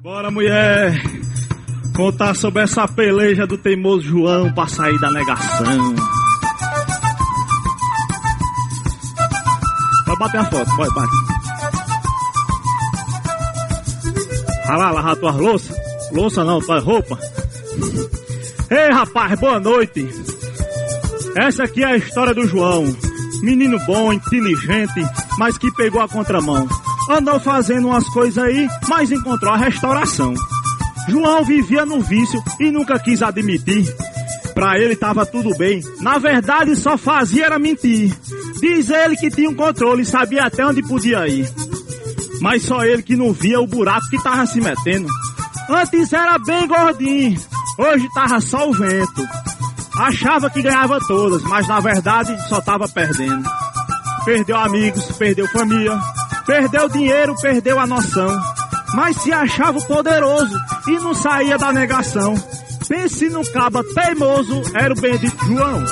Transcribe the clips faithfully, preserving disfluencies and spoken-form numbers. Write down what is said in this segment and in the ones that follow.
Bora, mulher, contar sobre essa peleja do teimoso João pra sair da negação. Vai bater a foto, vai, bate. Vai lá, lavar tuas louças. Louça não, tuas roupas. Ei, rapaz, boa noite. Essa aqui é a história do João. Menino bom, inteligente, mas que pegou a contramão. Andou fazendo umas coisas aí, mas encontrou a restauração. João vivia no vício e nunca quis admitir. Pra ele tava tudo bem, na verdade só fazia era mentir. Diz ele que tinha um controle e sabia até onde podia ir. Mas só ele que não via o buraco que tava se metendo. Antes era bem gordinho, hoje tava só o vento. Achava que ganhava todas, mas na verdade só tava perdendo. Perdeu amigos, perdeu família, perdeu dinheiro, perdeu a noção. Mas se achava poderoso e não saía da negação. Pense no caba teimoso, era o bendito João.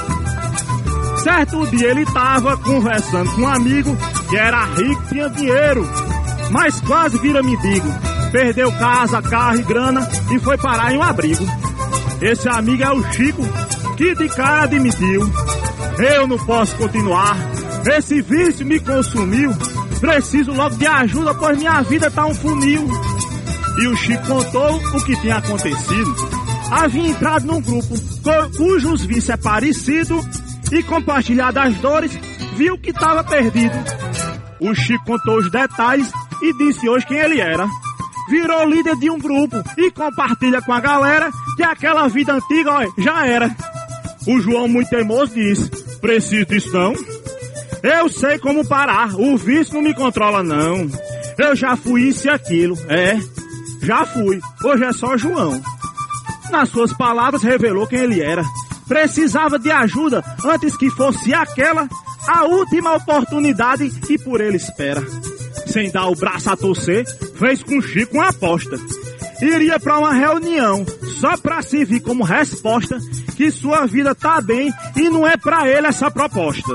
Certo dia ele tava conversando com um amigo que era rico, tinha dinheiro, mas quase vira mendigo. Perdeu casa, carro e grana e foi parar em um abrigo. Esse amigo é o Chico, que de cara admitiu: eu não posso continuar, esse vício me consumiu. Preciso logo de ajuda, pois minha vida tá um funil. E o Chico contou o que tinha acontecido. Havia entrado num grupo cujos vícios é parecido e compartilhado as dores, viu que estava perdido. O Chico contou os detalhes e disse hoje quem ele era. Virou líder de um grupo e compartilha com a galera que aquela vida antiga, ó, já era. O João, muito teimoso, disse: preciso disso não. Eu sei como parar, o vício não me controla não. Eu já fui isso e aquilo, é, já fui, hoje é só João. Nas suas palavras revelou quem ele era. Precisava de ajuda antes que fosse aquela a última oportunidade que por ele espera. Sem dar o braço a torcer, fez com Chico uma aposta. Iria pra uma reunião só pra servir como resposta que sua vida tá bem e não é pra ele essa proposta.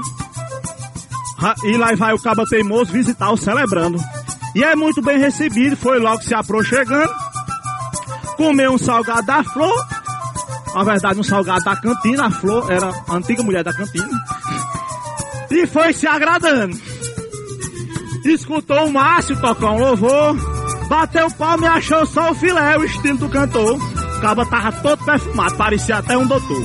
E lá vai o caba teimoso visitar o celebrando. E é muito bem recebido, foi logo se aproximando. Comeu um salgado da Flor. Na verdade um salgado da cantina. A Flor era a antiga mulher da cantina. E foi se agradando. Escutou o Márcio tocar um louvor. Bateu o palmo e achou só o filé, o estilo do cantor. O caba tava todo perfumado, parecia até um doutor.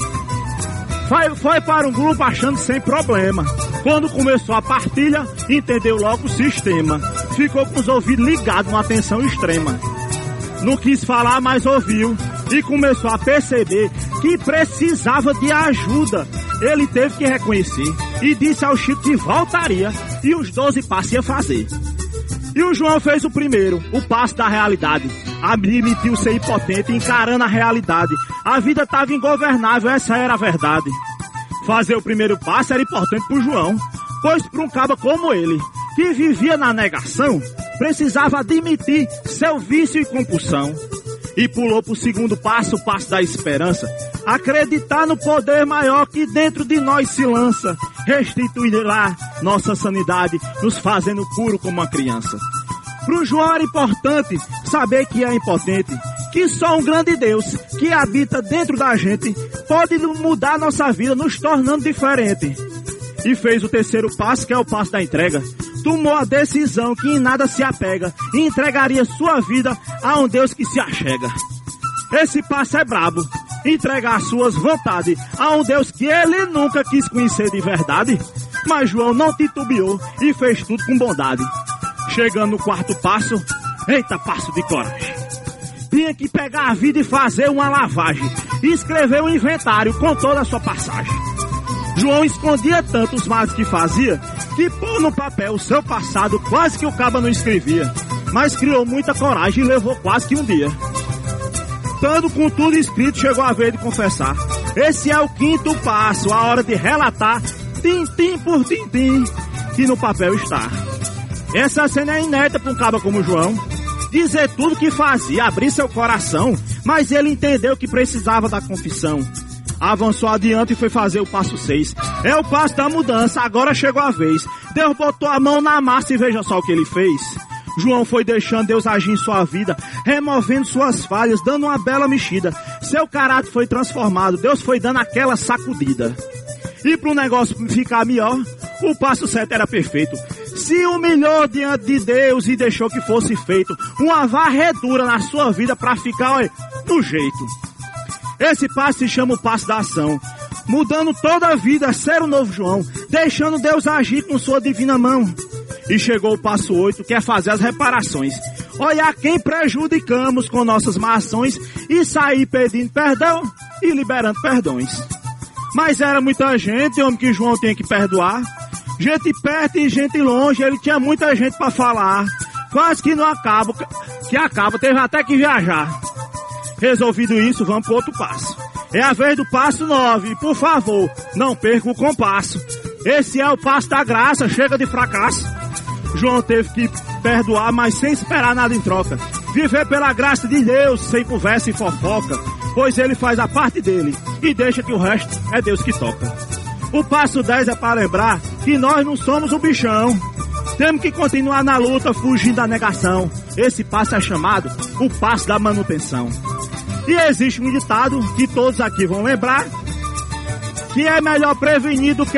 Foi, foi para um grupo achando sem problema. Quando começou a partilha, entendeu logo o sistema. Ficou com os ouvidos ligados numa atenção extrema. Não quis falar, mas ouviu. E começou a perceber que precisava de ajuda. Ele teve que reconhecer. E disse ao Chico que voltaria. E os doze passos ia fazer. E o João fez o primeiro, o passo da realidade. Admitiu ser impotente, encarando a realidade. A vida estava ingovernável, essa era a verdade. Fazer o primeiro passo era importante pro João, pois para um caba como ele, que vivia na negação, precisava admitir seu vício e compulsão. E pulou pro segundo passo, o passo da esperança. Acreditar no poder maior que dentro de nós se lança. Restituirá nossa sanidade, nos fazendo puro como uma criança. Pro João era importante saber que é impotente, que só um grande Deus que habita dentro da gente pode mudar nossa vida, nos tornando diferente. E fez o terceiro passo, que é o passo da entrega. Tomou a decisão que em nada se apega e entregaria sua vida a um Deus que se achega. Esse passo é brabo, entregar suas vontades a um Deus que ele nunca quis conhecer de verdade. Mas João não titubeou e fez tudo com bondade. Chegando no quarto passo, eita, passo de coragem. Tinha que pegar a vida e fazer uma lavagem. Escrever um inventário com toda a sua passagem. João escondia tanto os males que fazia, que pôr no papel o seu passado quase que o caba não escrevia. Mas criou muita coragem e levou quase que um dia. Estando com tudo escrito, chegou a vez de confessar. Esse é o quinto passo, a hora de relatar, tintim por tintim, que no papel está. Essa cena é inédita para um caba como João. Dizer tudo que fazia, abrir seu coração, mas ele entendeu que precisava da confissão. Avançou adiante e foi fazer o passo seis. É o passo da mudança, agora chegou a vez. Deus botou a mão na massa e veja só o que ele fez. João foi deixando Deus agir em sua vida, removendo suas falhas, dando uma bela mexida. Seu caráter foi transformado, Deus foi dando aquela sacudida. E para o negócio ficar melhor, o passo certo era perfeito. Se humilhou diante de Deus e deixou que fosse feito uma varredura na sua vida para ficar, olha, do jeito. Esse passo se chama o passo da ação. Mudando toda a vida, ser o novo João, deixando Deus agir com sua divina mão. E chegou o passo oito, que é fazer as reparações. Olhar quem prejudicamos com nossas más ações e sair pedindo perdão e liberando perdões. Mas era muita gente, homem, que João tinha que perdoar. Gente perto e gente longe, ele tinha muita gente para falar. Quase que não acaba, que acaba, teve até que viajar. Resolvido isso, vamos para outro passo. É a vez do passo nove, por favor, não perca o compasso. Esse é o passo da graça, chega de fracasso. João teve que perdoar, mas sem esperar nada em troca. Viver pela graça de Deus, sem conversa e fofoca, pois ele faz a parte dele e deixa que o resto é Deus que toca. O passo dez é para lembrar que nós não somos o bichão. Temos que continuar na luta, fugindo da negação. Esse passo é chamado o passo da manutenção. E existe um ditado que todos aqui vão lembrar, que é melhor prevenir do que...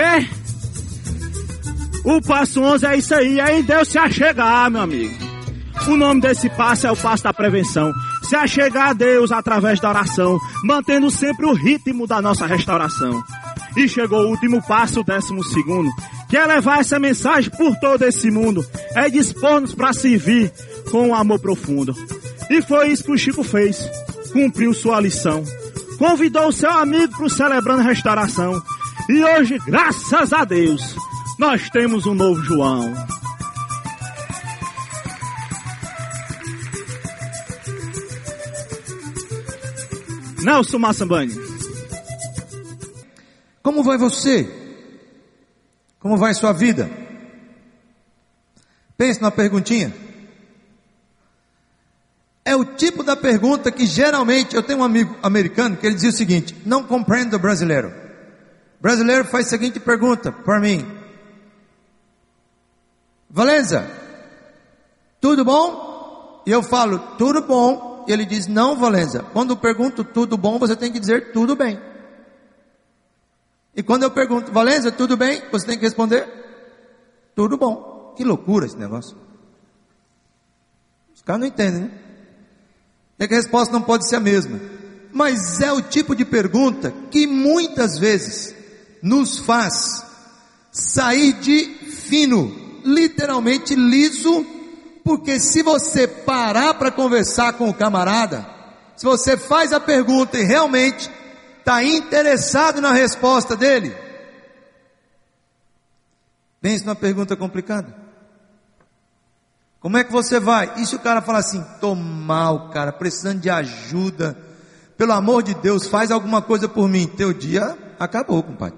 O passo onze é isso aí, é em Deus se achegar, meu amigo. O nome desse passo é o passo da prevenção. Se achegar a Deus através da oração, mantendo sempre o ritmo da nossa restauração. E chegou o último passo, o décimo segundo, que é levar essa mensagem por todo esse mundo. É dispor-nos para servir com um amor profundo. E foi isso que o Chico fez. Cumpriu sua lição. Convidou o seu amigo para o Celebrando Restauração. E hoje, graças a Deus, nós temos um novo João. Nelson Massambani. Como vai você? Como vai sua vida? Pense numa perguntinha. É o tipo da pergunta que geralmente, eu tenho um amigo americano que ele dizia o seguinte: não compreendo o brasileiro. O brasileiro faz a seguinte pergunta para mim: Valenza, tudo bom? E eu falo, tudo bom. E ele diz, não, Valenza, quando eu pergunto tudo bom, você tem que dizer tudo bem. E quando eu pergunto, Valenza, tudo bem? Você tem que responder, tudo bom. Que loucura esse negócio. Os caras não entendem, né? É que a resposta não pode ser a mesma. Mas é o tipo de pergunta que muitas vezes nos faz sair de fino, literalmente liso, porque se você parar para conversar com o camarada, se você faz a pergunta e realmente está interessado na resposta dele, pense numa pergunta complicada. Como é que você vai? E se o cara falar assim, tô mal, cara, precisando de ajuda, pelo amor de Deus, faz alguma coisa por mim. Teu dia acabou, compadre.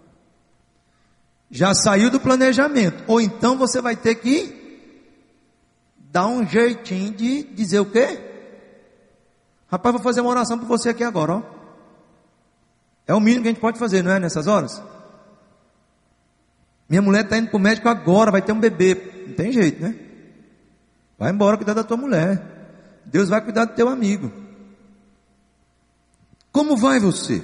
Já saiu do planejamento. Ou então você vai ter que dar um jeitinho de dizer o quê? Rapaz, vou fazer uma oração por você aqui agora, ó. É o mínimo que a gente pode fazer, não é, nessas horas? Minha mulher está indo para o médico agora, vai ter um bebê. Não tem jeito, né? Vai embora cuidar da tua mulher. Deus vai cuidar do teu amigo. Como vai você?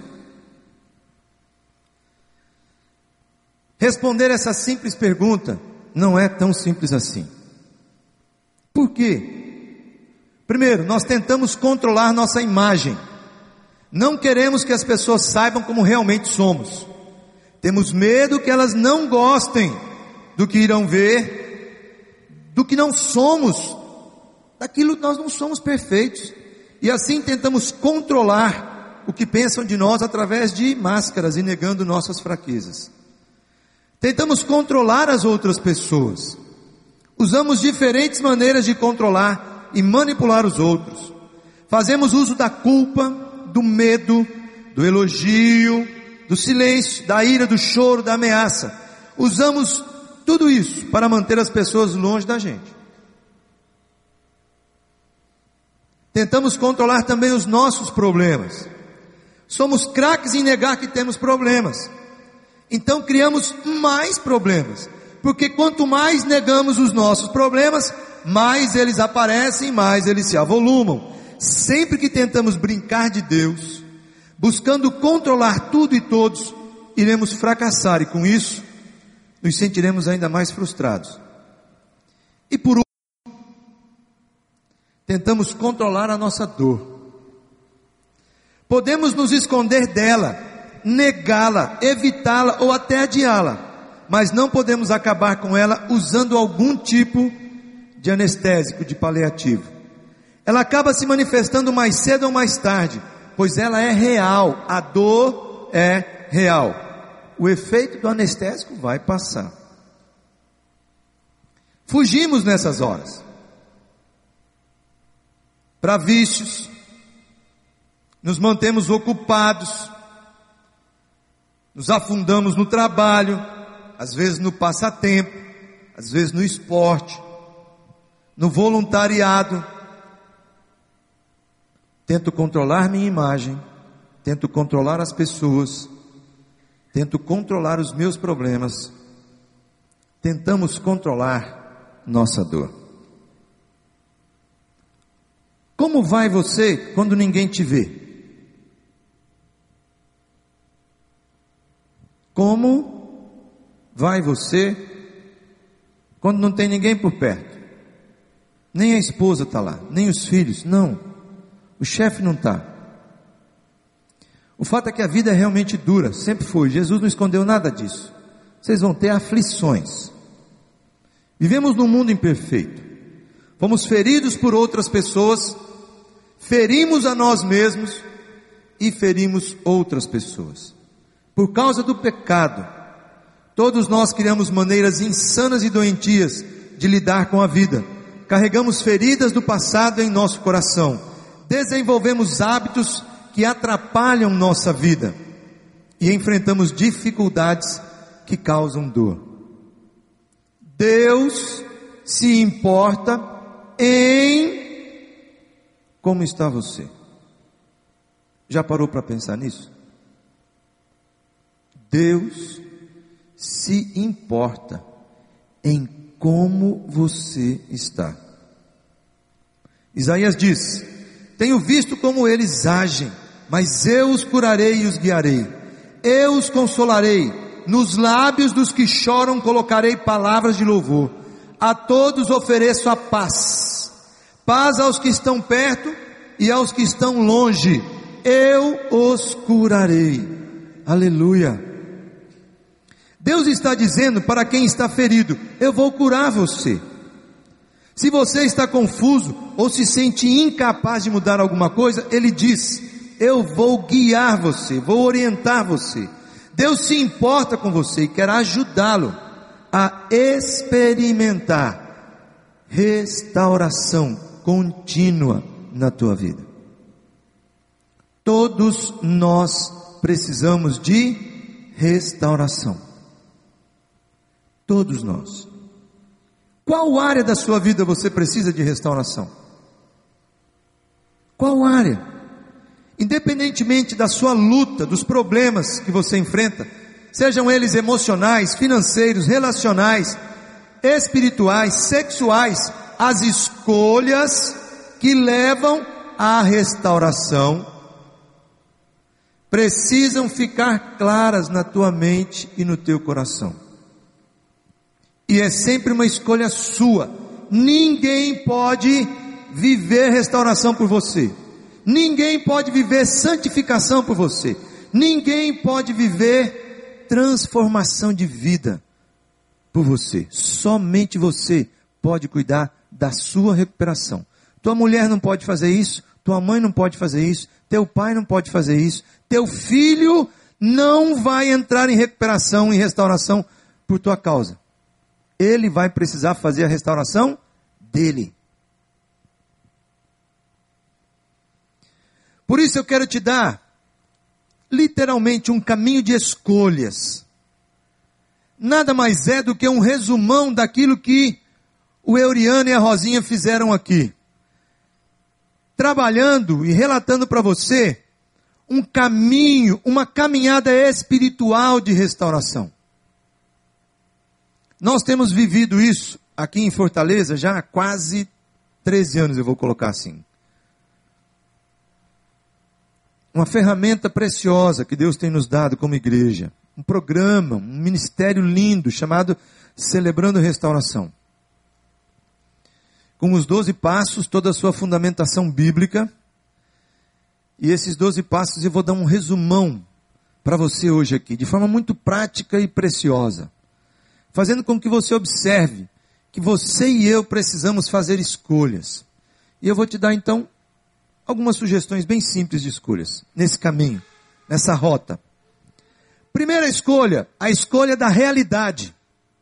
Responder essa simples pergunta não é tão simples assim. Por quê? Primeiro, nós tentamos controlar nossa imagem. Não queremos que as pessoas saibam como realmente somos. Temos medo que elas não gostem do que irão ver, do que não somos, daquilo que nós não somos perfeitos. E assim tentamos controlar o que pensam de nós através de máscaras e negando nossas fraquezas. Tentamos controlar as outras pessoas. Usamos diferentes maneiras de controlar e manipular os outros. Fazemos uso da culpa, do medo, do elogio, do silêncio, da ira, do choro, da ameaça. Usamos tudo isso para manter as pessoas longe da gente. Tentamos controlar também os nossos problemas. Somos craques em negar que temos problemas. Então criamos mais problemas. Porque quanto mais negamos os nossos problemas, mais eles aparecem, mais eles se avolumam. Sempre que tentamos brincar de Deus, buscando controlar tudo e todos, iremos fracassar e com isso nos sentiremos ainda mais frustrados. E por último, tentamos controlar a nossa dor. Podemos nos esconder dela, negá-la, evitá-la ou até adiá-la, mas não podemos acabar com ela usando algum tipo de anestésico, de paliativo. Ela acaba se manifestando mais cedo ou mais tarde, pois ela é real, a dor é real. O efeito do anestésico vai passar. Fugimos nessas horas para vícios, nos mantemos ocupados, nos afundamos no trabalho, às vezes no passatempo, às vezes no esporte, no voluntariado. Tento controlar minha imagem, tento controlar as pessoas, tento controlar os meus problemas, tentamos controlar nossa dor. Como vai você quando ninguém te vê? Como vai você quando não tem ninguém por perto? Nem a esposa está lá, nem os filhos, não. O chefe não está. O fato é que a vida é realmente dura, sempre foi. Jesus não escondeu nada disso. Vocês vão ter aflições. Vivemos num mundo imperfeito. Fomos feridos por outras pessoas, ferimos a nós mesmos e ferimos outras pessoas. Por causa do pecado, todos nós criamos maneiras insanas e doentias de lidar com a vida. Carregamos feridas do passado em nosso coração. Desenvolvemos hábitos que atrapalham nossa vida e enfrentamos dificuldades que causam dor. Deus se importa em como está você. Já parou para pensar nisso? Deus se importa em como você está. Isaías diz: tenho visto como eles agem, mas eu os curarei e os guiarei. Eu os consolarei. Nos lábios dos que choram colocarei palavras de louvor. A todos ofereço a paz. Paz aos que estão perto e aos que estão longe. Eu os curarei. Aleluia. Deus está dizendo para quem está ferido: eu vou curar você. Se você está confuso ou se sente incapaz de mudar alguma coisa, Ele diz: eu vou guiar você, vou orientar você. Deus se importa com você e quer ajudá-lo a experimentar restauração contínua na tua vida. Todos nós precisamos de restauração. Todos nós. Qual área da sua vida você precisa de restauração? Qual área? Independentemente da sua luta, dos problemas que você enfrenta, sejam eles emocionais, financeiros, relacionais, espirituais, sexuais, as escolhas que levam à restauração precisam ficar claras na tua mente e no teu coração. E é sempre uma escolha sua. Ninguém pode viver restauração por você. Ninguém pode viver santificação por você. Ninguém pode viver transformação de vida por você. Somente você pode cuidar da sua recuperação. Tua mulher não pode fazer isso. Tua mãe não pode fazer isso. Teu pai não pode fazer isso. Teu filho não vai entrar em recuperação, em restauração por tua causa. Ele vai precisar fazer a restauração dele. Por isso eu quero te dar, literalmente, um caminho de escolhas. Nada mais é do que um resumão daquilo que o Euriano e a Rosinha fizeram aqui. Trabalhando e relatando para você um caminho, uma caminhada espiritual de restauração. Nós temos vivido isso aqui em Fortaleza já há quase treze anos, eu vou colocar assim. Uma ferramenta preciosa que Deus tem nos dado como igreja. Um programa, um ministério lindo chamado Celebrando Restauração. Com os doze passos, toda a sua fundamentação bíblica. E esses doze passos eu vou dar um resumão para você hoje aqui, de forma muito prática e preciosa. Fazendo com que você observe que você e eu precisamos fazer escolhas. E eu vou te dar então algumas sugestões bem simples de escolhas, nesse caminho, nessa rota. Primeira escolha, a escolha da realidade.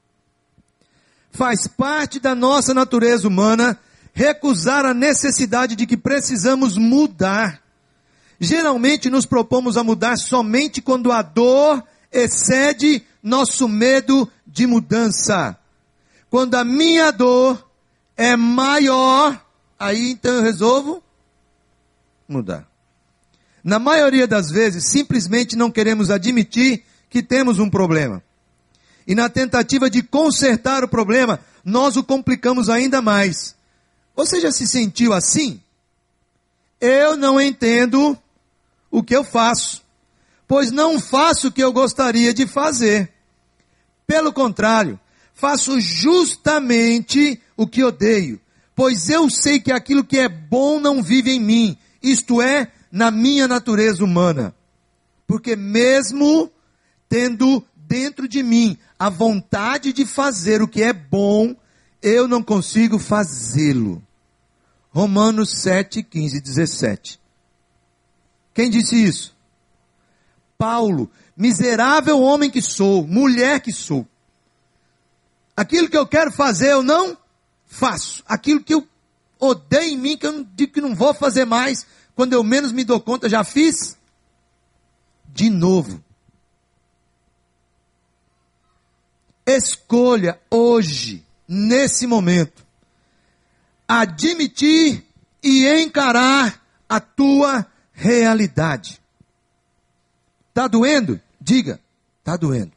Faz parte da nossa natureza humana recusar a necessidade de que precisamos mudar. Geralmente nos propomos a mudar somente quando a dor excede nosso medo de mudança. Quando a minha dor é maior, aí então eu resolvo mudar. Na maioria das vezes, simplesmente não queremos admitir que temos um problema. E na tentativa de consertar o problema, nós o complicamos ainda mais. Você já se sentiu assim? Eu não entendo o que eu faço, pois não faço o que eu gostaria de fazer. Pelo contrário, faço justamente o que odeio, pois eu sei que aquilo que é bom não vive em mim, isto é, na minha natureza humana. Porque mesmo tendo dentro de mim a vontade de fazer o que é bom, eu não consigo fazê-lo. Romanos sete, quinze e dezessete. Quem disse isso? Paulo, miserável homem que sou, mulher que sou. Aquilo que eu quero fazer eu não faço. Aquilo que eu odeio em mim, que eu não digo que não vou fazer mais, quando eu menos me dou conta, já fiz de novo. Escolha hoje, nesse momento, admitir e encarar a tua realidade. Está doendo? Diga, está doendo.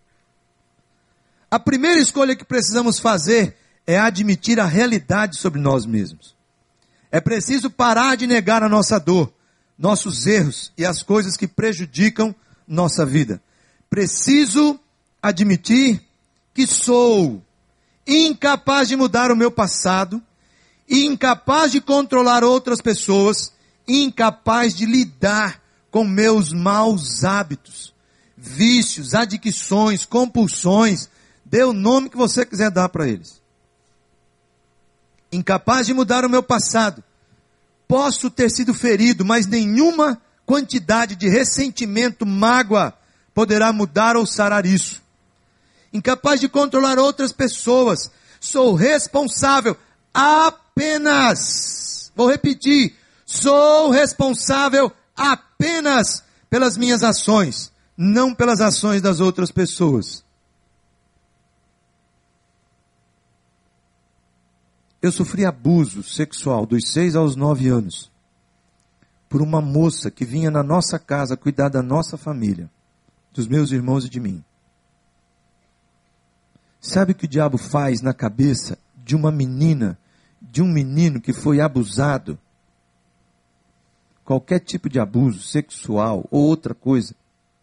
A primeira escolha que precisamos fazer é admitir a realidade sobre nós mesmos. É preciso parar de negar a nossa dor, nossos erros e as coisas que prejudicam nossa vida. Preciso admitir que sou incapaz de mudar o meu passado, incapaz de controlar outras pessoas, incapaz de lidar com meus maus hábitos, vícios, adicções, compulsões, dê o nome que você quiser dar para eles. Incapaz de mudar o meu passado. Posso ter sido ferido, mas nenhuma quantidade de ressentimento, mágoa, poderá mudar ou sarar isso. Incapaz de controlar outras pessoas. Sou responsável apenas, vou repetir, sou responsável apenas pelas minhas ações, não pelas ações das outras pessoas. Eu sofri abuso sexual dos seis aos nove anos por uma moça que vinha na nossa casa cuidar da nossa família, dos meus irmãos e de mim. Sabe o que o diabo faz na cabeça de uma menina, de um menino que foi abusado? Qualquer tipo de abuso sexual ou outra coisa.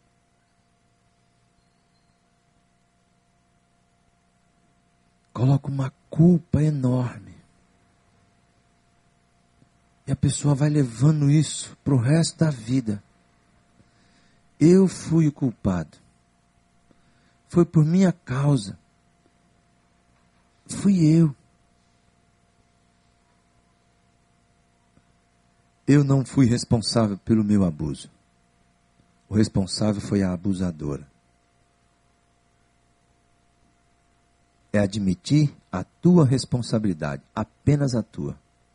Coloca uma culpa enorme. E a pessoa vai levando isso para o resto da vida. Eu fui o culpado. Foi por minha causa. Fui eu. Eu não fui responsável pelo meu abuso. O responsável foi a abusadora. É admitir a tua responsabilidade, apenas a tua.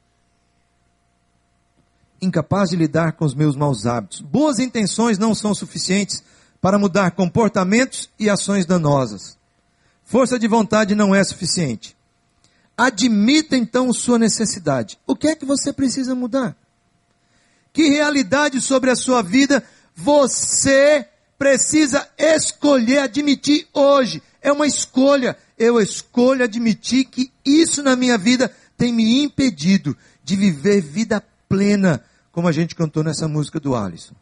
Incapaz de lidar com os meus maus hábitos. Boas intenções não são suficientes para mudar comportamentos e ações danosas. Força de vontade não é suficiente. Admita então sua necessidade. O que é que você precisa mudar? Que realidade sobre a sua vida você precisa escolher, admitir hoje. É uma escolha. Eu escolho admitir que isso na minha vida tem me impedido de viver vida plena, como a gente cantou nessa música do Alisson.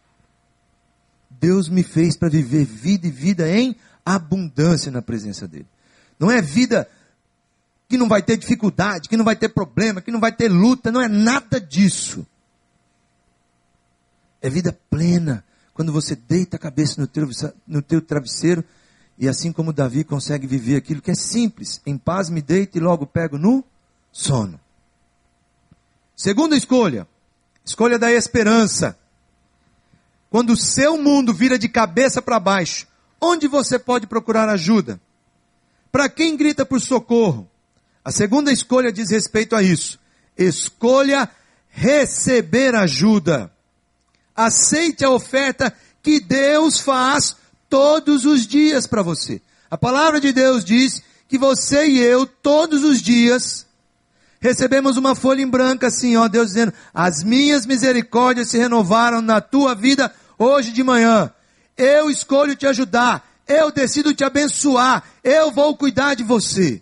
Deus me fez para viver vida e vida em abundância na presença dele. Não é vida que não vai ter dificuldade, que não vai ter problema, que não vai ter luta, não é nada disso. É vida plena, quando você deita a cabeça no teu, no teu travesseiro, e assim como Davi consegue viver aquilo que é simples, em paz me deito e logo pego no sono. Segunda escolha, escolha da esperança. Quando o seu mundo vira de cabeça para baixo, onde você pode procurar ajuda? Para quem grita por socorro? A segunda escolha diz respeito a isso. Escolha receber ajuda. Aceite a oferta que Deus faz todos os dias para você. A palavra de Deus diz que você e eu, todos os dias, recebemos uma folha em branco assim, ó, Deus dizendo, as minhas misericórdias se renovaram na tua vida hoje de manhã. Eu escolho te ajudar. Eu decido te abençoar. Eu vou cuidar de você.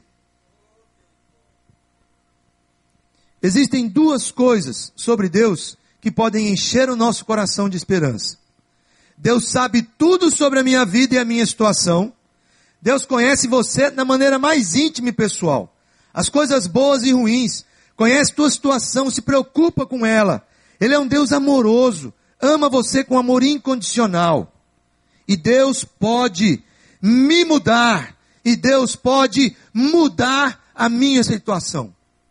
Existem duas coisas sobre Deus que podem encher o nosso coração de esperança. Deus sabe tudo sobre a minha vida e a minha situação. Deus conhece você na maneira mais íntima e pessoal. As coisas boas e ruins. Conhece tua situação, se preocupa com ela. Ele é um Deus amoroso. Ama você com amor incondicional. E Deus pode me mudar. E Deus pode mudar a minha situação.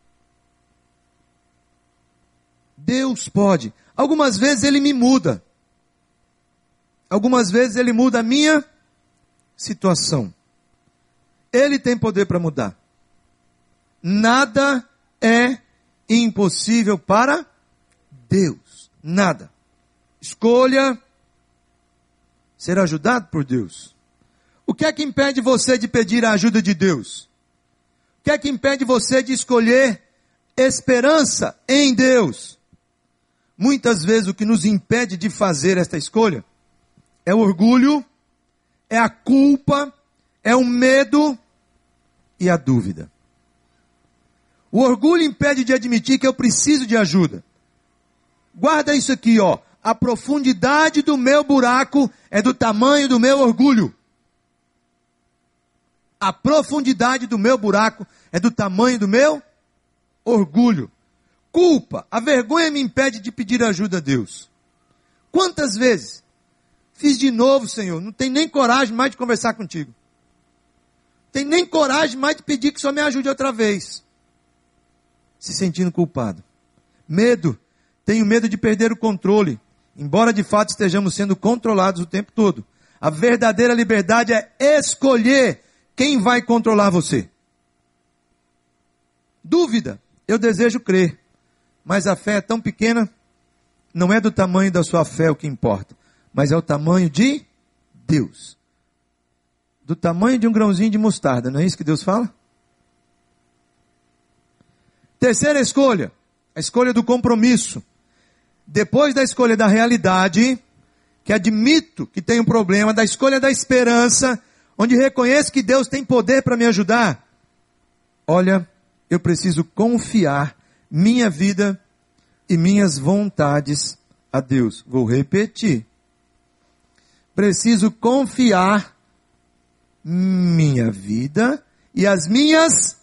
Deus pode. Algumas vezes Ele me muda. Algumas vezes Ele muda a minha situação. Ele tem poder para mudar. Nada é impossível para Deus. Nada. Escolha ser ajudado por Deus. O que é que impede você de pedir a ajuda de Deus? O que é que impede você de escolher esperança em Deus? Muitas vezes o que nos impede de fazer esta escolha é o orgulho, é a culpa, é o medo e a dúvida. O orgulho impede de admitir que eu preciso de ajuda. Guarda isso aqui, ó. A profundidade do meu buraco é do tamanho do meu orgulho. A profundidade do meu buraco é do tamanho do meu orgulho. Culpa, a vergonha me impede de pedir ajuda a Deus. Quantas vezes fiz de novo, Senhor, não tenho nem coragem mais de conversar contigo. Não tenho nem coragem mais de pedir que o Senhor me ajude outra vez. Se sentindo culpado. Medo, tenho medo de perder o controle. Embora de fato estejamos sendo controlados o tempo todo. A verdadeira liberdade é escolher quem vai controlar você. Dúvida, eu desejo crer. Mas a fé é tão pequena, não é do tamanho da sua fé o que importa, mas é o tamanho de Deus. Do tamanho de um grãozinho de mostarda, não é isso que Deus fala? Terceira escolha, a escolha do compromisso. Depois da escolha da realidade, que admito que tem um problema, da escolha da esperança, onde reconheço que Deus tem poder para me ajudar. Olha, eu preciso confiar minha vida e minhas vontades a Deus. Vou repetir. Preciso confiar minha vida e as minhas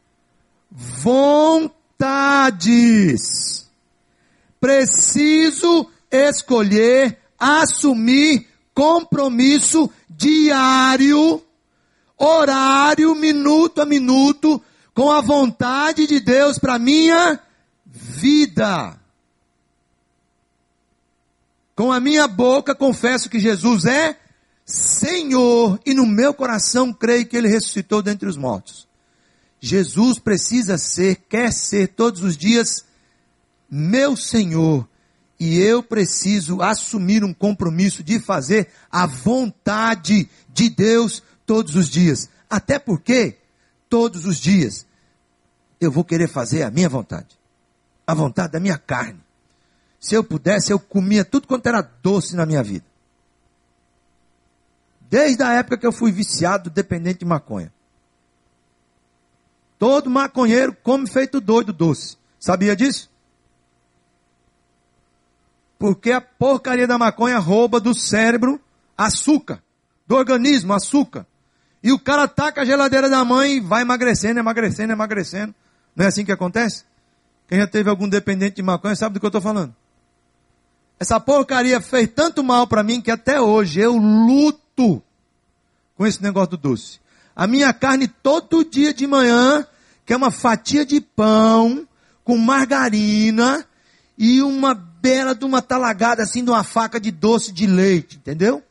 vontades. Preciso escolher, assumir compromisso diário, horário, minuto a minuto, com a vontade de Deus para minha vida. Com a minha boca confesso que Jesus é Senhor e no meu coração creio que Ele ressuscitou dentre os mortos. Jesus precisa ser, quer ser todos os dias meu Senhor. E eu preciso assumir um compromisso de fazer a vontade de Deus todos os dias. Até porque todos os dias eu vou querer fazer a minha vontade. A vontade da minha carne. Se eu pudesse, eu comia tudo quanto era doce na minha vida. Desde a época que eu fui viciado, dependente de maconha. Todo maconheiro come feito doido doce. Sabia disso? Porque a porcaria da maconha rouba do cérebro açúcar. Do organismo, açúcar. E o cara taca a geladeira da mãe e vai emagrecendo, emagrecendo, emagrecendo. Não é assim que acontece? Quem já teve algum dependente de maconha sabe do que eu estou falando. Essa porcaria fez tanto mal para mim que até hoje eu luto com esse negócio do doce. A minha carne todo dia de manhã, que é uma fatia de pão com margarina e uma bela de uma talagada assim de uma faca de doce de leite, entendeu?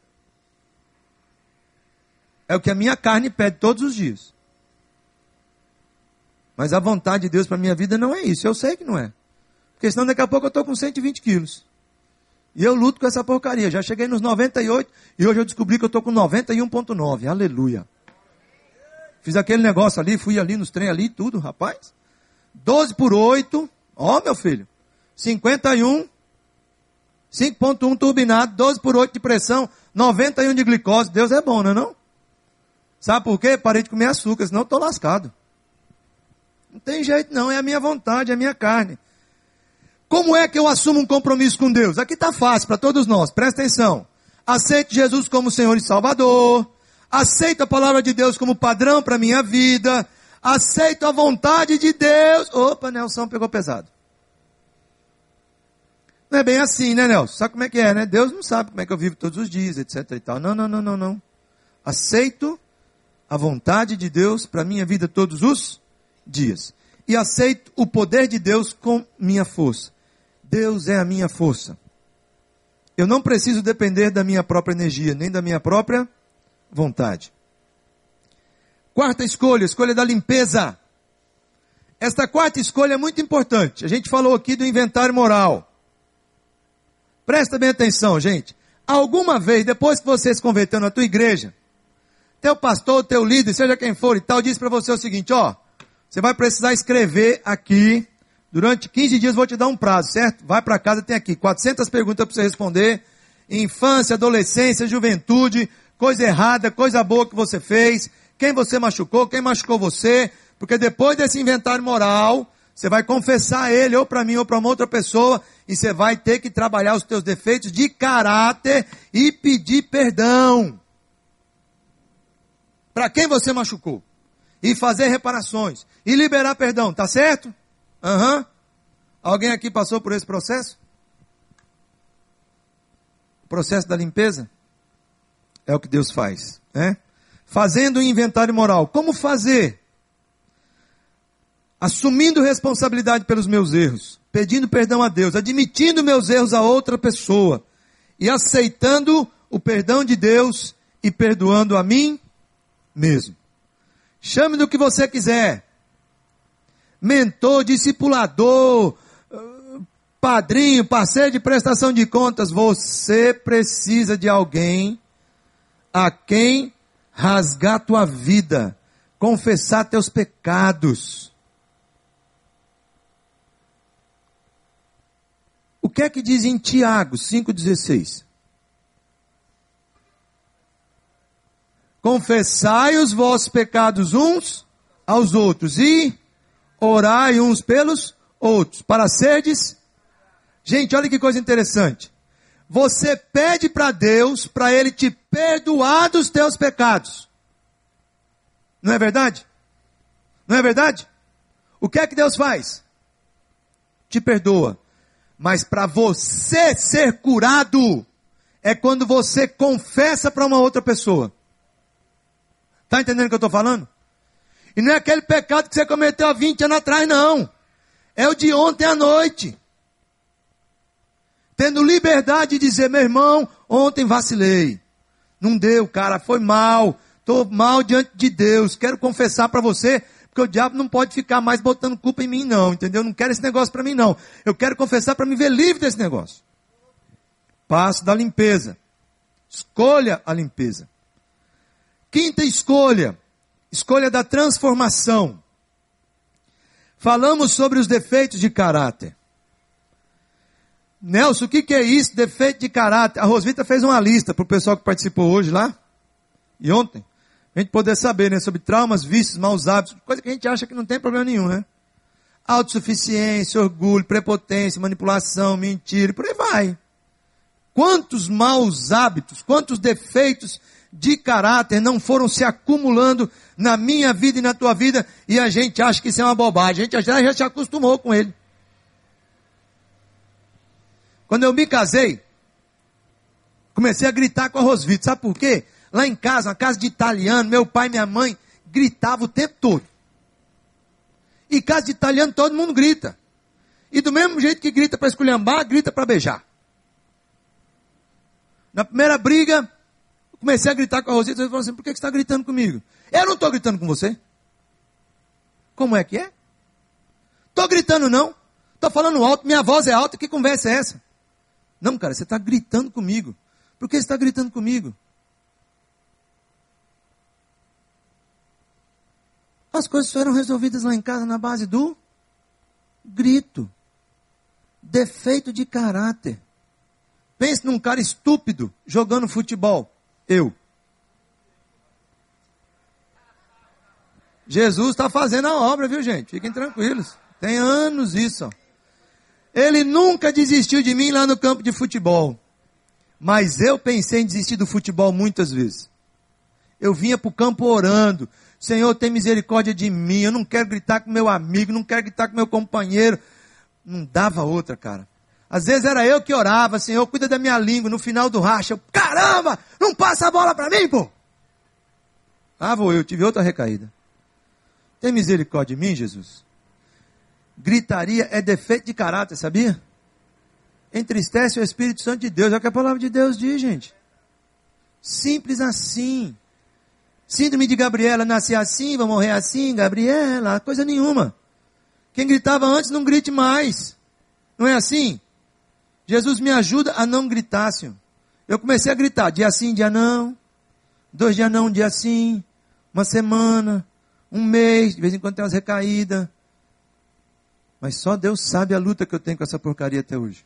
É o que a minha carne pede todos os dias. Mas a vontade de Deus para a minha vida não é isso. Eu sei que não é. Porque senão daqui a pouco eu estou com cento e vinte quilos. E eu luto com essa porcaria. Já cheguei nos noventa e oito e hoje eu descobri que eu estou com noventa e um vírgula nove. Aleluia. Fiz aquele negócio ali, fui ali nos trem ali, tudo, rapaz. doze por oito. Ó, meu filho. cinquenta e um. cinco ponto um turbinado, doze por oito de pressão, noventa e um de glicose. Deus é bom, não é não? Sabe por quê? Parei de comer açúcar, senão estou lascado. Não tem jeito não, é a minha vontade, é a minha carne. Como é que eu assumo um compromisso com Deus? Aqui está fácil para todos nós, presta atenção. Aceito Jesus como Senhor e Salvador. Aceito a palavra de Deus como padrão para a minha vida. Aceito a vontade de Deus. Opa, Nelson pegou pesado. Não é bem assim, né, Nelson? Sabe como é que é, né? Deus não sabe como é que eu vivo todos os dias, etc e tal. Não, não, não, não, não. Aceito a vontade de Deus para a minha vida todos os dias. E aceito o poder de Deus com minha força. Deus é a minha força. Eu não preciso depender da minha própria energia, nem da minha própria vontade. Quarta escolha, escolha da limpeza. Esta quarta escolha é muito importante. A gente falou aqui do inventário moral. Presta bem atenção, gente. Alguma vez, depois que você se converteu na tua igreja, teu pastor, teu líder, seja quem for e tal, disse para você o seguinte, ó, você vai precisar escrever aqui, durante quinze dias vou te dar um prazo, certo? Vai para casa, tem aqui quatrocentas perguntas para você responder, infância, adolescência, juventude, coisa errada, coisa boa que você fez, quem você machucou, quem machucou você, porque depois desse inventário moral, você vai confessar ele, ou para mim, ou para uma outra pessoa, e você vai ter que trabalhar os teus defeitos de caráter e pedir perdão. Para quem você machucou. E fazer reparações. E liberar perdão, tá certo? Aham. Uhum. Alguém aqui passou por esse processo? O processo da limpeza? É o que Deus faz, né? Fazendo um inventário moral. Como fazer? Assumindo responsabilidade pelos meus erros, pedindo perdão a Deus, admitindo meus erros a outra pessoa e aceitando o perdão de Deus e perdoando a mim mesmo. Chame do que você quiser. Mentor, discipulador, padrinho, parceiro de prestação de contas, você precisa de alguém a quem rasgar tua vida, confessar teus pecados. O que é que diz em Tiago cinco dezesseis? Confessai os vossos pecados uns aos outros e orai uns pelos outros, para serdes... Gente, olha que coisa interessante. Você pede para Deus, para Ele te perdoar dos teus pecados. Não é verdade? Não é verdade? O que é que Deus faz? Te perdoa. Mas para você ser curado, é quando você confessa para uma outra pessoa. Está entendendo o que eu estou falando? E não é aquele pecado que você cometeu há vinte anos atrás, não. É o de ontem à noite. Tendo liberdade de dizer, meu irmão, ontem vacilei. Não deu, cara, foi mal. Estou mal diante de Deus. Quero confessar para você, porque o diabo não pode ficar mais botando culpa em mim, não. Entendeu? Não quero esse negócio para mim, não. Eu quero confessar para me ver livre desse negócio. Passo da limpeza. Escolha a limpeza. Quinta escolha. Escolha da transformação. Falamos sobre os defeitos de caráter. Nelson, o que, que é isso? Defeito de caráter. A Rosvita fez uma lista para o pessoal que participou hoje lá. e ontem, a gente poder saber, né, sobre traumas, vícios, maus hábitos, coisa que a gente acha que não tem problema nenhum, né? Autossuficiência, orgulho, prepotência, manipulação, mentira, e por aí vai. Quantos maus hábitos, quantos defeitos de caráter não foram se acumulando na minha vida e na tua vida, e a gente acha que isso é uma bobagem, a gente já, já se acostumou com ele. Quando eu me casei, comecei a gritar com a Rosvita, sabe por quê? Lá em casa, uma casa de italiano, meu pai e minha mãe gritavam o tempo todo. E casa de italiano todo mundo grita. E do mesmo jeito que grita para esculhambar, grita para beijar. Na primeira briga, comecei a gritar com a Rosita, e falou assim, por que você está gritando comigo? Eu não estou gritando com você. Como é que é? Estou gritando não. Estou falando alto, minha voz é alta, que conversa é essa? Não, cara, você está gritando comigo. Por que você está gritando comigo? As coisas foram resolvidas lá em casa na base do grito. Defeito de caráter. Pense num cara estúpido jogando futebol. Eu. Jesus está fazendo a obra, viu, gente? Fiquem tranquilos. Tem anos isso. Ó. Ele nunca desistiu de mim lá no campo de futebol. Mas eu pensei em desistir do futebol muitas vezes. Eu vinha para o campo orando. Senhor, tem misericórdia de mim. Eu não quero gritar com meu amigo, não quero gritar com meu companheiro. Não dava outra, cara. Às vezes era eu que orava, Senhor, cuida da minha língua. No final do racha, eu, caramba, não passa a bola para mim, pô. Ah, vou eu, tive outra recaída. Tem misericórdia de mim, Jesus? Gritaria é defeito de caráter, sabia? Entristece o Espírito Santo de Deus. É o que a palavra de Deus diz, gente. Simples assim. Síndrome de Gabriela, nasci assim, vou morrer assim, Gabriela, coisa nenhuma. Quem gritava antes não grite mais. Não é assim? Jesus me ajuda a não gritar, Senhor. Eu comecei a gritar, dia sim, dia não. Dois dias não, um dia sim. Uma semana, um mês, de vez em quando tem umas recaídas. Mas só Deus sabe a luta que eu tenho com essa porcaria até hoje.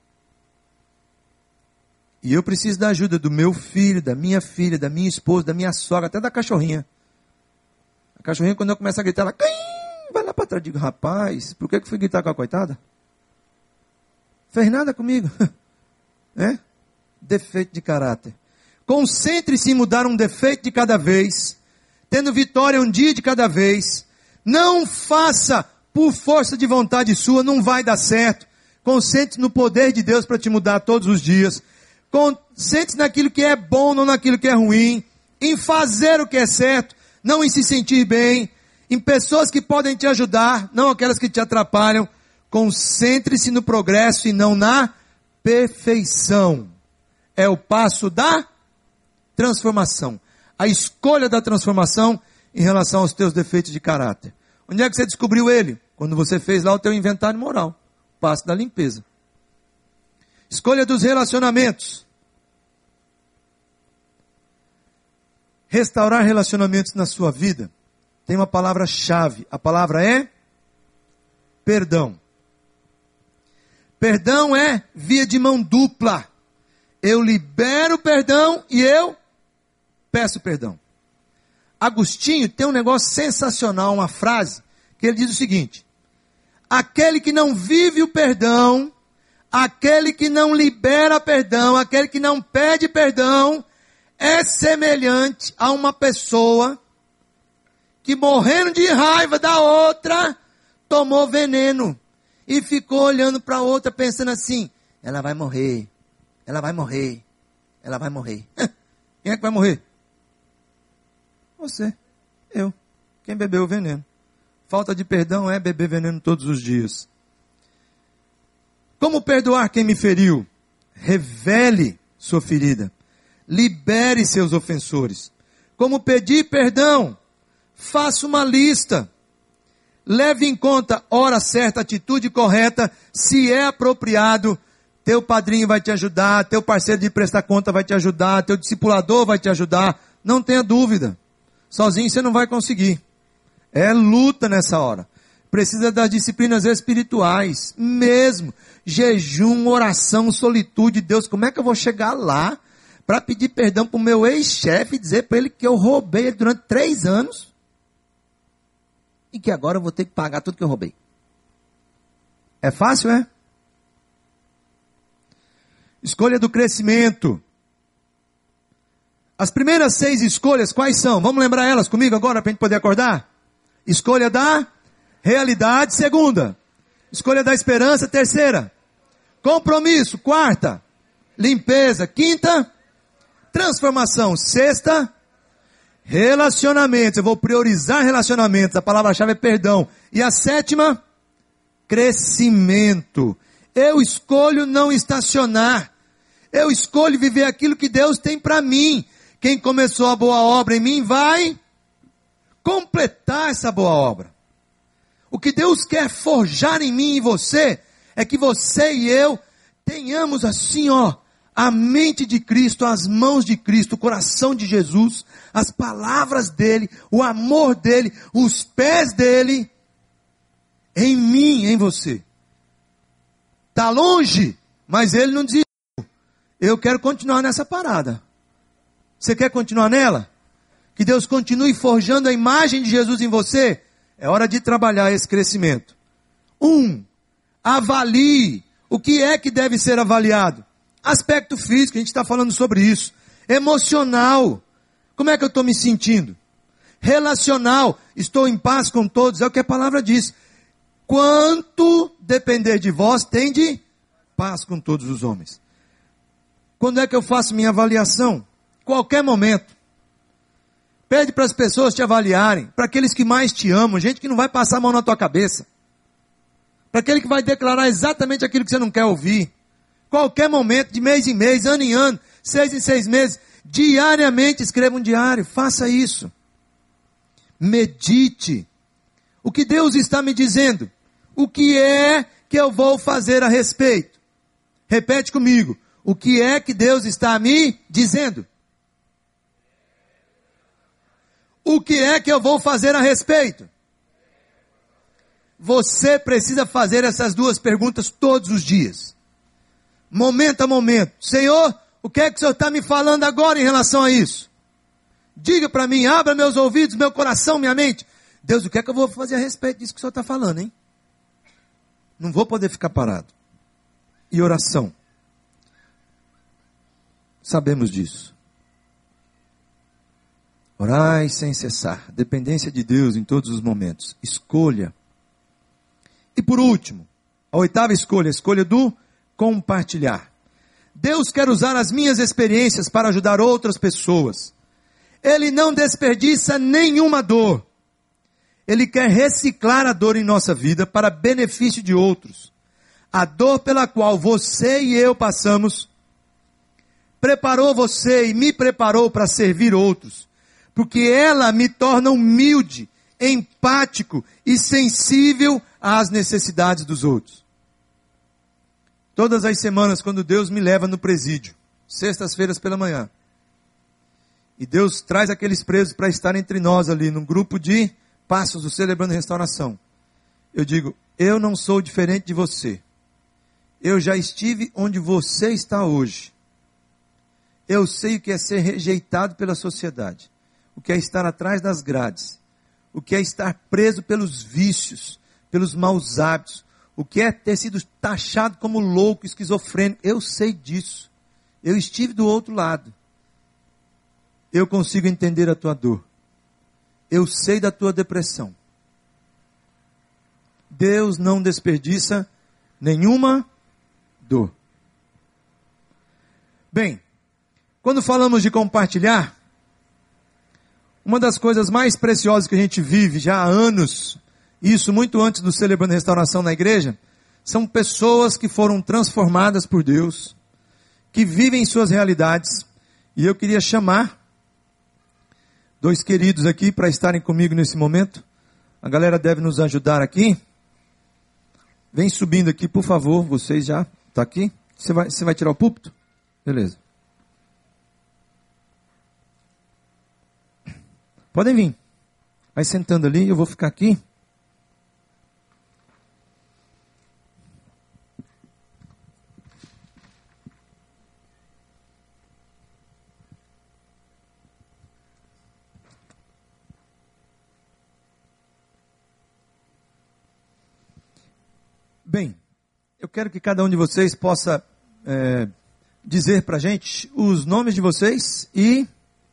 E eu preciso da ajuda do meu filho, da minha filha, da minha esposa, da minha sogra, até da cachorrinha. A cachorrinha, quando eu começo a gritar, ela vai lá para trás. Eu digo, rapaz, por que eu fui gritar com a coitada? Fez nada comigo. É? Defeito de caráter. Concentre-se em mudar um defeito de cada vez, tendo vitória um dia de cada vez. Não faça por força de vontade sua, não vai dar certo. Concentre-se no poder de Deus para te mudar todos os dias. Concentre-se naquilo que é bom, não naquilo que é ruim. Em fazer o que é certo, não em se sentir bem. Em pessoas que podem te ajudar, não aquelas que te atrapalham. Concentre-se no progresso e não na perfeição. É o passo da transformação. A escolha da transformação em relação aos teus defeitos de caráter. Onde é que você descobriu ele? Quando você fez lá o teu inventário moral. Passo da limpeza. Escolha dos relacionamentos. Restaurar relacionamentos na sua vida tem uma palavra-chave. A palavra é perdão. Perdão é via de mão dupla. Eu libero perdão e eu peço perdão. Agostinho tem um negócio sensacional, uma frase, que ele diz o seguinte: aquele que não vive o perdão, aquele que não libera perdão, aquele que não pede perdão, é semelhante a uma pessoa que, morrendo de raiva da outra, tomou veneno e ficou olhando para a outra pensando assim, ela vai morrer, ela vai morrer, ela vai morrer. Quem é que vai morrer? Você, eu, quem bebeu o veneno. Falta de perdão é beber veneno todos os dias. Como perdoar quem me feriu? Revele sua ferida. Libere seus ofensores. Como pedir perdão? Faça uma lista. Leve em conta hora certa, atitude correta, se é apropriado. Teu padrinho vai te ajudar, teu parceiro de prestar conta vai te ajudar, teu discipulador vai te ajudar. Não tenha dúvida. Sozinho você não vai conseguir. É luta nessa hora. Precisa das disciplinas espirituais. Mesmo. Jejum, oração, solitude. Deus, como é que eu vou chegar lá? para pedir perdão para o meu ex-chefe e dizer para ele que eu roubei ele durante três anos e que agora eu vou ter que pagar tudo que eu roubei. É fácil, é? Escolha do crescimento. As primeiras seis escolhas, quais são? Vamos lembrar elas comigo agora para a gente poder acordar? Escolha da realidade. Segunda, escolha da esperança. Terceira, compromisso. Quarta, limpeza. Quinta, transformação. Sexta, relacionamentos. Eu vou priorizar relacionamentos. A palavra-chave é perdão. E a sétima, crescimento. Eu escolho não estacionar. Eu escolho viver aquilo que Deus tem para mim. Quem começou a boa obra em mim vai completar essa boa obra. O que Deus quer forjar em mim e você é que você e eu tenhamos assim, ó, a mente de Cristo, as mãos de Cristo, o coração de Jesus, as palavras dele, o amor dele, os pés dele em mim, em você. Está longe, mas ele não desistiu. Eu quero continuar nessa parada. Você quer continuar nela? Que Deus continue forjando a imagem de Jesus em você? É hora de trabalhar esse crescimento. Um, avalie o que é que deve ser avaliado. Aspecto físico, a gente está falando sobre isso. Emocional, como é que eu estou me sentindo? Relacional, estou em paz com todos, é o que a palavra diz. Quanto depender de vós, tende paz com todos os homens. Quando é que eu faço minha avaliação? Qualquer momento. Pede para as pessoas te avaliarem, para aqueles que mais te amam, gente que não vai passar a mão na tua cabeça, para aquele que vai declarar exatamente aquilo que você não quer ouvir. Qualquer momento, de mês em mês, ano em ano, seis em seis meses, diariamente escreva um diário, faça isso. Medite. O que Deus está me dizendo? O que é que eu vou fazer a respeito? Repete comigo. O que é que Deus está me dizendo? O que é que eu vou fazer a respeito? Você precisa fazer essas duas perguntas todos os dias. Momento a momento. Senhor, o que é que o Senhor está me falando agora em relação a isso? Diga para mim, abra meus ouvidos, meu coração, minha mente. Deus, o que é que eu vou fazer a respeito disso que o Senhor está falando, hein? Não vou poder ficar parado. E oração. Sabemos disso. Orai sem cessar. Dependência de Deus em todos os momentos. Escolha. E por último, a oitava escolha, a escolha do compartilhar. Deus quer usar as minhas experiências para ajudar outras pessoas. Ele não desperdiça nenhuma dor. Ele quer reciclar a dor em nossa vida para benefício de outros. A dor pela qual você e eu passamos preparou você e me preparou para servir outros, porque ela me torna humilde, empático e sensível às necessidades dos outros. Todas as semanas, quando Deus me leva no presídio, sextas-feiras pela manhã, e Deus traz aqueles presos para estar entre nós ali, num grupo de passos do Celebrando Restauração, eu digo, eu não sou diferente de você. Eu já estive onde você está hoje. Eu sei o que é ser rejeitado pela sociedade, o que é estar atrás das grades, o que é estar preso pelos vícios, pelos maus hábitos, o que é ter sido taxado como louco, esquizofrênico. Eu sei disso. Eu estive do outro lado. Eu consigo entender a tua dor. Eu sei da tua depressão. Deus não desperdiça nenhuma dor. Bem, quando falamos de compartilhar, uma das coisas mais preciosas que a gente vive já há anos, isso muito antes do Celebrando Restauração na igreja, são pessoas que foram transformadas por Deus, que vivem suas realidades, e eu queria chamar dois queridos aqui para estarem comigo nesse momento. A galera deve nos ajudar aqui. Vem subindo aqui, por favor, vocês já, está aqui? Você vai, você vai tirar o púlpito? Beleza. Podem vir. Vai sentando ali, eu vou ficar aqui. Bem, eu quero que cada um de vocês possa é, dizer para a gente os nomes de vocês e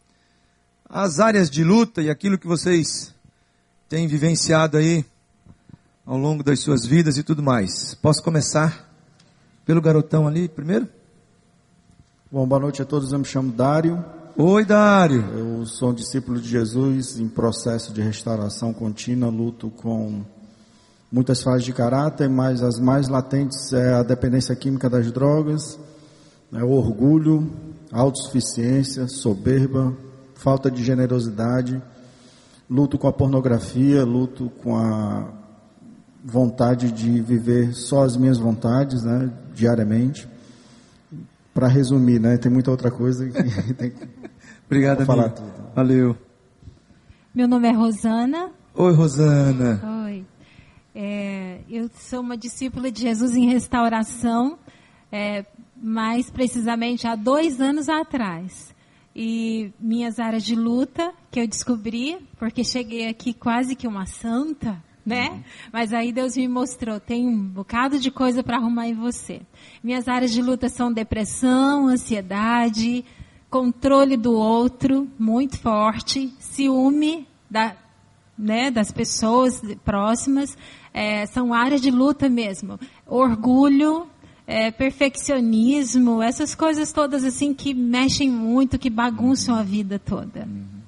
as áreas de luta e aquilo que vocês têm vivenciado aí ao longo das suas vidas e tudo mais. Posso começar pelo garotão ali primeiro? Bom, boa noite a todos, eu me chamo Dário. Oi, Dário. Eu sou um discípulo de Jesus em processo de restauração contínua, luto com muitas falhas de caráter, mas as mais latentes é a dependência química das drogas, é o orgulho, a autossuficiência, soberba, falta de generosidade, luto com a pornografia, luto com a vontade de viver só as minhas vontades, né, diariamente. Para resumir, né, tem muita outra coisa que tem que Obrigado, falar amigo. tudo. Valeu. Meu nome é Rosana. Oi, Rosana. Oi. É, eu sou uma discípula de Jesus em restauração, é, mais precisamente há dois anos atrás. E minhas áreas de luta que eu descobri, porque cheguei aqui quase que uma santa, né? Uhum. Mas aí Deus me mostrou, tem um bocado de coisa para arrumar em você. Minhas áreas de luta são depressão, ansiedade, controle do outro, muito forte, ciúme da, né, das pessoas próximas, é, são áreas de luta mesmo. Orgulho, é, perfeccionismo, essas coisas todas assim que mexem muito, que bagunçam a vida toda.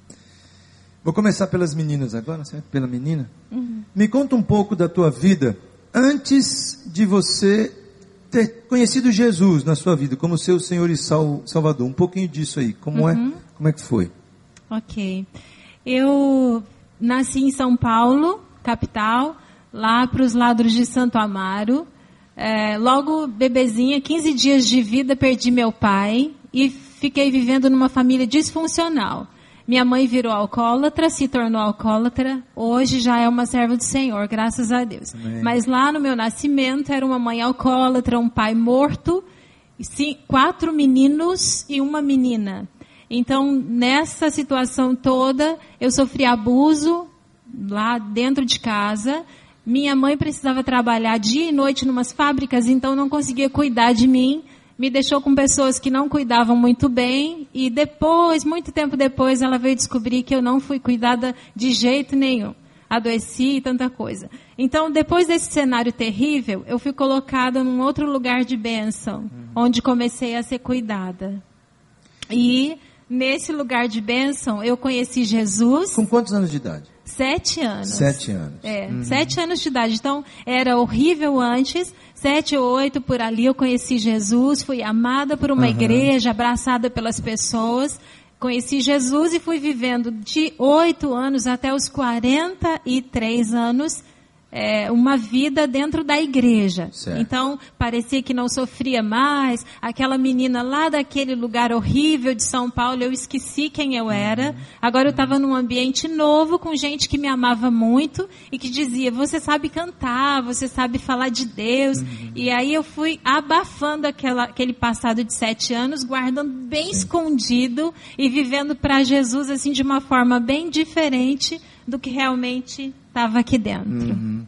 Vou começar pelas meninas agora, certo? Pela menina. Uhum. Me conta um pouco da tua vida antes de você ter conhecido Jesus na sua vida, como seu Senhor e Salvador. Um pouquinho disso aí. Como, uhum. é, como é que foi? Ok. Eu nasci em São Paulo, capital, lá para os lados de Santo Amaro. É, logo bebezinha, quinze dias de vida, perdi meu pai e fiquei vivendo numa família disfuncional. Minha mãe virou alcoólatra, se tornou alcoólatra, hoje já é uma serva do Senhor, graças a Deus. Amém. Mas lá no meu nascimento era uma mãe alcoólatra, um pai morto, cinco, quatro meninos e uma menina. Então, nessa situação toda, eu sofri abuso lá dentro de casa. Minha mãe precisava trabalhar dia e noite em umas fábricas, então não conseguia cuidar de mim. Me deixou com pessoas que não cuidavam muito bem. E depois, muito tempo depois, ela veio descobrir que eu não fui cuidada de jeito nenhum. Adoeci e tanta coisa. Então, depois desse cenário terrível, eu fui colocada num outro lugar de bênção, uhum. onde comecei a ser cuidada. E nesse lugar de bênção, eu conheci Jesus. Com quantos anos de idade? Sete anos. Sete anos. É, uhum. sete anos de idade. Então, era horrível antes. Sete ou oito por ali eu conheci Jesus. Fui amada por uma uhum. igreja, abraçada pelas pessoas. Conheci Jesus e fui vivendo de oito anos até os quarenta e três anos. É, uma vida dentro da igreja. Certo. Então, parecia que não sofria mais. Aquela menina lá daquele lugar horrível de São Paulo, eu esqueci quem eu era. Uhum. Agora eu estava num ambiente novo, com gente que me amava muito e que dizia, você sabe cantar, você sabe falar de Deus. Uhum. E aí eu fui abafando aquela, aquele passado de sete anos, guardando bem Sim. escondido e vivendo para Jesus assim de uma forma bem diferente do que realmente estava aqui dentro. Uhum.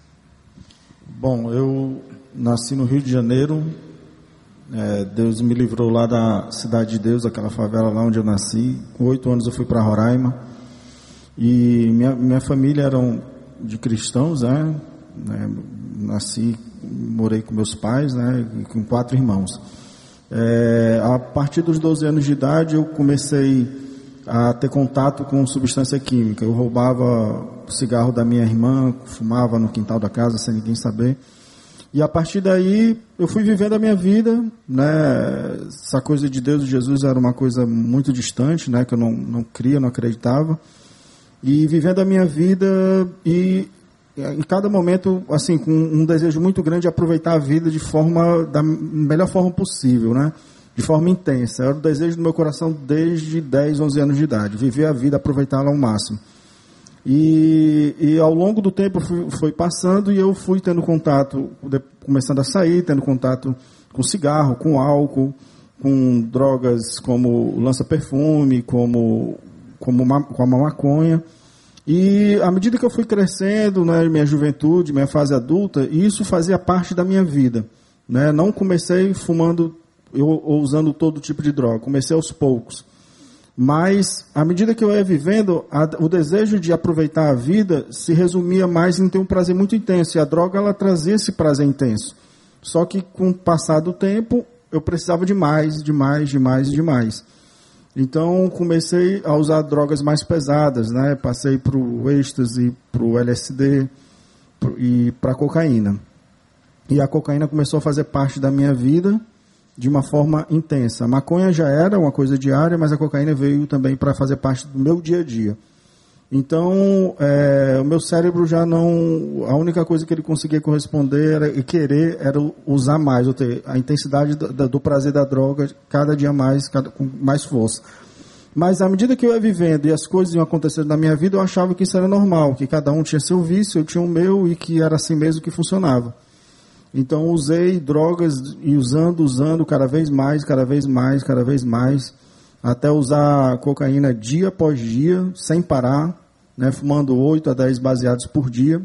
Bom, eu nasci no Rio de Janeiro. É, Deus me livrou lá da Cidade de Deus, aquela favela lá onde eu nasci. Com oito anos eu fui para Roraima. E minha, minha família eram de cristãos, né? né? Nasci, morei com meus pais, né? Com quatro irmãos. É, a partir dos doze anos de idade eu comecei a ter contato com substância química. Eu roubava o cigarro da minha irmã, fumava no quintal da casa sem ninguém saber. E a partir daí eu fui vivendo a minha vida, né? Essa coisa de Deus e Jesus era uma coisa muito distante, né? Que eu não, não cria, não acreditava. E vivendo a minha vida e em cada momento, assim, com um desejo muito grande de aproveitar a vida de forma, da melhor forma possível, né? De forma intensa. Era o desejo do meu coração desde dez, onze anos de idade. Viver a vida, aproveitá-la ao máximo. E, e ao longo do tempo fui, foi passando e eu fui tendo contato, começando a sair, tendo contato com cigarro, com álcool, com drogas como lança-perfume, como, como, com a maconha. E à medida que eu fui crescendo, né, minha juventude, minha fase adulta, isso fazia parte da minha vida. Né? Não comecei fumando ou usando todo tipo de droga, comecei aos poucos. Mas, à medida que eu ia vivendo, a, o desejo de aproveitar a vida se resumia mais em ter um prazer muito intenso. E a droga, ela trazia esse prazer intenso. Só que, com o passar do tempo, eu precisava de mais, de mais, de mais, de mais. Então, comecei a usar drogas mais pesadas, né? Passei para o êxtase, para o L S D pro, e para a cocaína. E a cocaína começou a fazer parte da minha vida de uma forma intensa. A maconha já era uma coisa diária, mas a cocaína veio também para fazer parte do meu dia a dia. Então, é, o meu cérebro já não... A única coisa que ele conseguia corresponder era, e querer era usar mais, ou ter a intensidade do, do prazer da droga cada dia mais, cada, com mais força. Mas, à medida que eu ia vivendo e as coisas iam acontecendo na minha vida, eu achava que isso era normal, que cada um tinha seu vício, eu tinha o meu e que era assim mesmo que funcionava. Então, usei drogas e usando, usando cada vez mais, cada vez mais, cada vez mais, até usar cocaína dia após dia, sem parar, né, fumando oito a dez baseados por dia.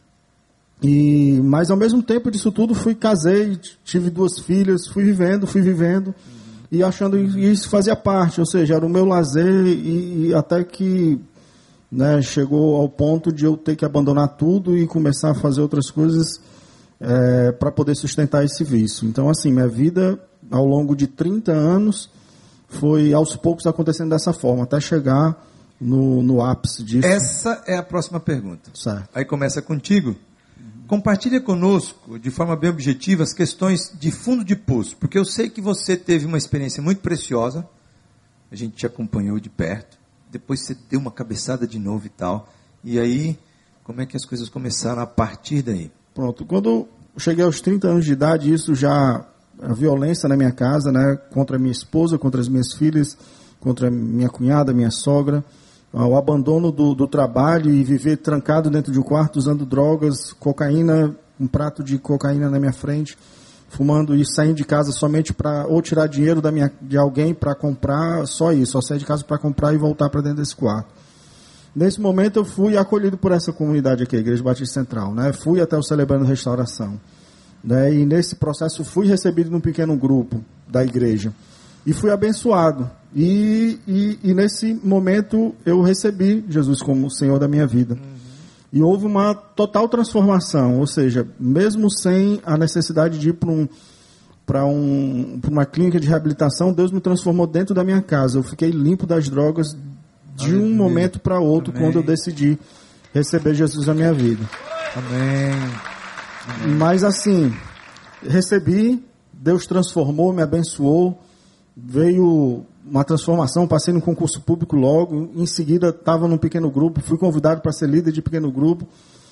E, mas, ao mesmo tempo disso tudo, fui, casei, tive duas filhas, fui vivendo, fui vivendo, uhum. e achando que isso fazia parte, ou seja, era o meu lazer, e, e até que, né, chegou ao ponto de eu ter que abandonar tudo e começar a fazer outras coisas é, para poder sustentar esse vício. Então, assim, minha vida, ao longo de trinta anos, foi aos poucos acontecendo dessa forma, até chegar no, no ápice disso. Essa é a próxima pergunta. Certo. Aí começa contigo. Uhum. Compartilha conosco, de forma bem objetiva, as questões de fundo de poço, porque eu sei que você teve uma experiência muito preciosa, a gente te acompanhou de perto, depois você deu uma cabeçada de novo e tal, e aí, como é que as coisas começaram a partir daí? Pronto, quando eu cheguei aos trinta anos de idade, isso já... a violência na minha casa, né, contra a minha esposa, contra as minhas filhas, contra a minha cunhada, minha sogra, o abandono do, do trabalho e viver trancado dentro de um quarto usando drogas, cocaína, um prato de cocaína na minha frente, fumando e saindo de casa somente para ou tirar dinheiro da minha, de alguém para comprar, só isso, só sair de casa para comprar e voltar para dentro desse quarto. Nesse momento eu fui acolhido por essa comunidade aqui, a Igreja Batista Central, né, fui até o Celebrando Restauração. Né, e nesse processo fui recebido num pequeno grupo da igreja e fui abençoado e, e, e nesse momento eu recebi Jesus como Senhor da minha vida. Uhum. E houve uma total transformação, ou seja, mesmo sem a necessidade de ir para um, para um, para uma clínica de reabilitação, Deus me transformou dentro da minha casa. Eu fiquei limpo das drogas de um momento para outro. Amém. Quando eu decidi receber Jesus na minha vida. Amém. Mas assim, recebi, Deus transformou, me abençoou, veio uma transformação, passei no concurso público logo, em seguida estava num pequeno grupo, fui convidado para ser líder de pequeno grupo,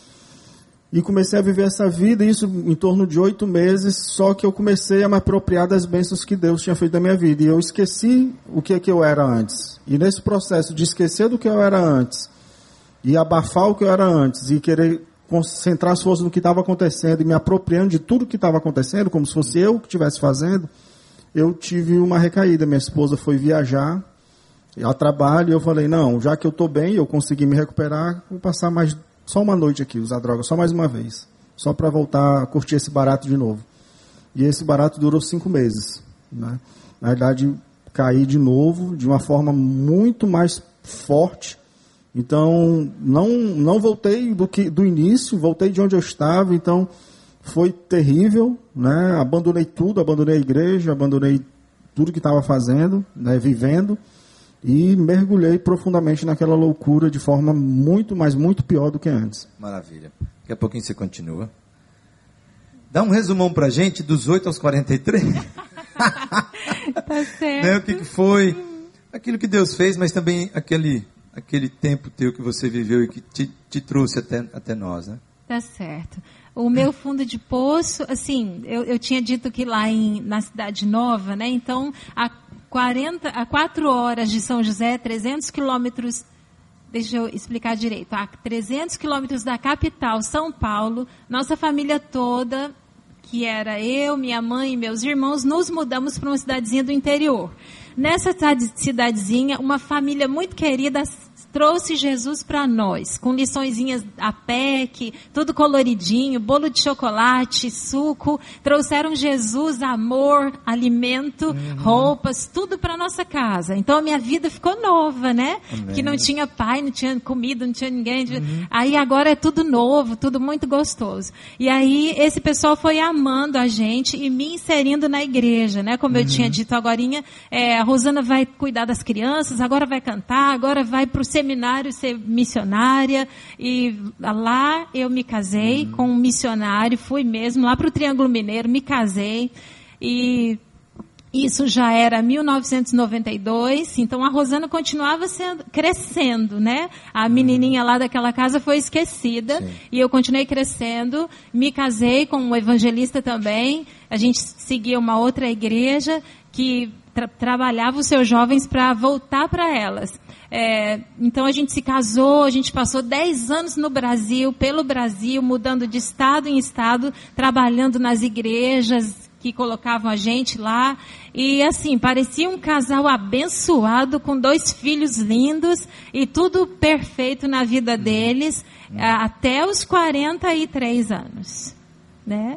e comecei a viver essa vida, isso em torno de oito meses, só que eu comecei a me apropriar das bênçãos que Deus tinha feito da minha vida, e eu esqueci o que, é que eu era antes. E nesse processo de esquecer do que eu era antes, e abafar o que eu era antes, e querer concentrar as forças no que estava acontecendo e me apropriando de tudo que estava acontecendo, como se fosse eu que estivesse fazendo, eu tive uma recaída. Minha esposa foi viajar a trabalho e eu falei, não, já que eu estou bem, eu consegui me recuperar, vou passar mais só uma noite aqui, usar droga, só mais uma vez, só para voltar a curtir esse barato de novo. E esse barato durou cinco meses. Né? Na verdade, caí de novo, de uma forma muito mais forte. Então, não, não voltei do, que, do início, voltei de onde eu estava, então foi terrível, né? Abandonei tudo, abandonei a igreja, abandonei tudo que estava fazendo, né? Vivendo, e mergulhei profundamente naquela loucura de forma muito, mas muito pior do que antes. Maravilha. Daqui a pouquinho você continua. Dá um resumão pra gente dos oito aos quarenta e três. Tá certo. Né? O que, que foi, aquilo que Deus fez, mas também aquele... aquele tempo teu que você viveu e que te, te trouxe até, até nós, né? Tá certo. O meu fundo de poço, assim, eu, eu tinha dito que lá em, na Cidade Nova, né? Então, a, quarenta, a quatro horas de São José, trezentos quilômetros, deixa eu explicar direito, a trezentos quilômetros da capital, São Paulo, nossa família toda, que era eu, minha mãe e meus irmãos, nos mudamos para uma cidadezinha do interior. Nessa cidadezinha, uma família muito querida trouxe Jesus para nós, com liçõezinhas a P E C, tudo coloridinho, bolo de chocolate, suco, trouxeram Jesus, amor, alimento, uhum. roupas, tudo para nossa casa. Então a minha vida ficou nova, né? Amém. Que não tinha pai, não tinha comida, não tinha ninguém. Uhum. Aí agora é tudo novo, tudo muito gostoso. E aí esse pessoal foi amando a gente e me inserindo na igreja, né? Como uhum. eu tinha dito agorinha, é, a Rosana vai cuidar das crianças, agora vai cantar, agora vai para o seminário ser missionária. E lá eu me casei uhum. com um missionário, fui mesmo lá para o Triângulo Mineiro, me casei. E isso já era mil novecentos e noventa e dois, então a Rosana continuava sendo, crescendo, né? A menininha lá daquela casa foi esquecida. Sim. E eu continuei crescendo, me casei com um evangelista também, a gente seguia uma outra igreja que tra- trabalhava os seus jovens para voltar para elas. É, então a gente se casou, a gente passou dez anos no Brasil, pelo Brasil, mudando de estado em estado, trabalhando nas igrejas que colocavam a gente lá, e assim, parecia um casal abençoado, com dois filhos lindos, e tudo perfeito na vida deles, uhum. até os quarenta e três anos, né?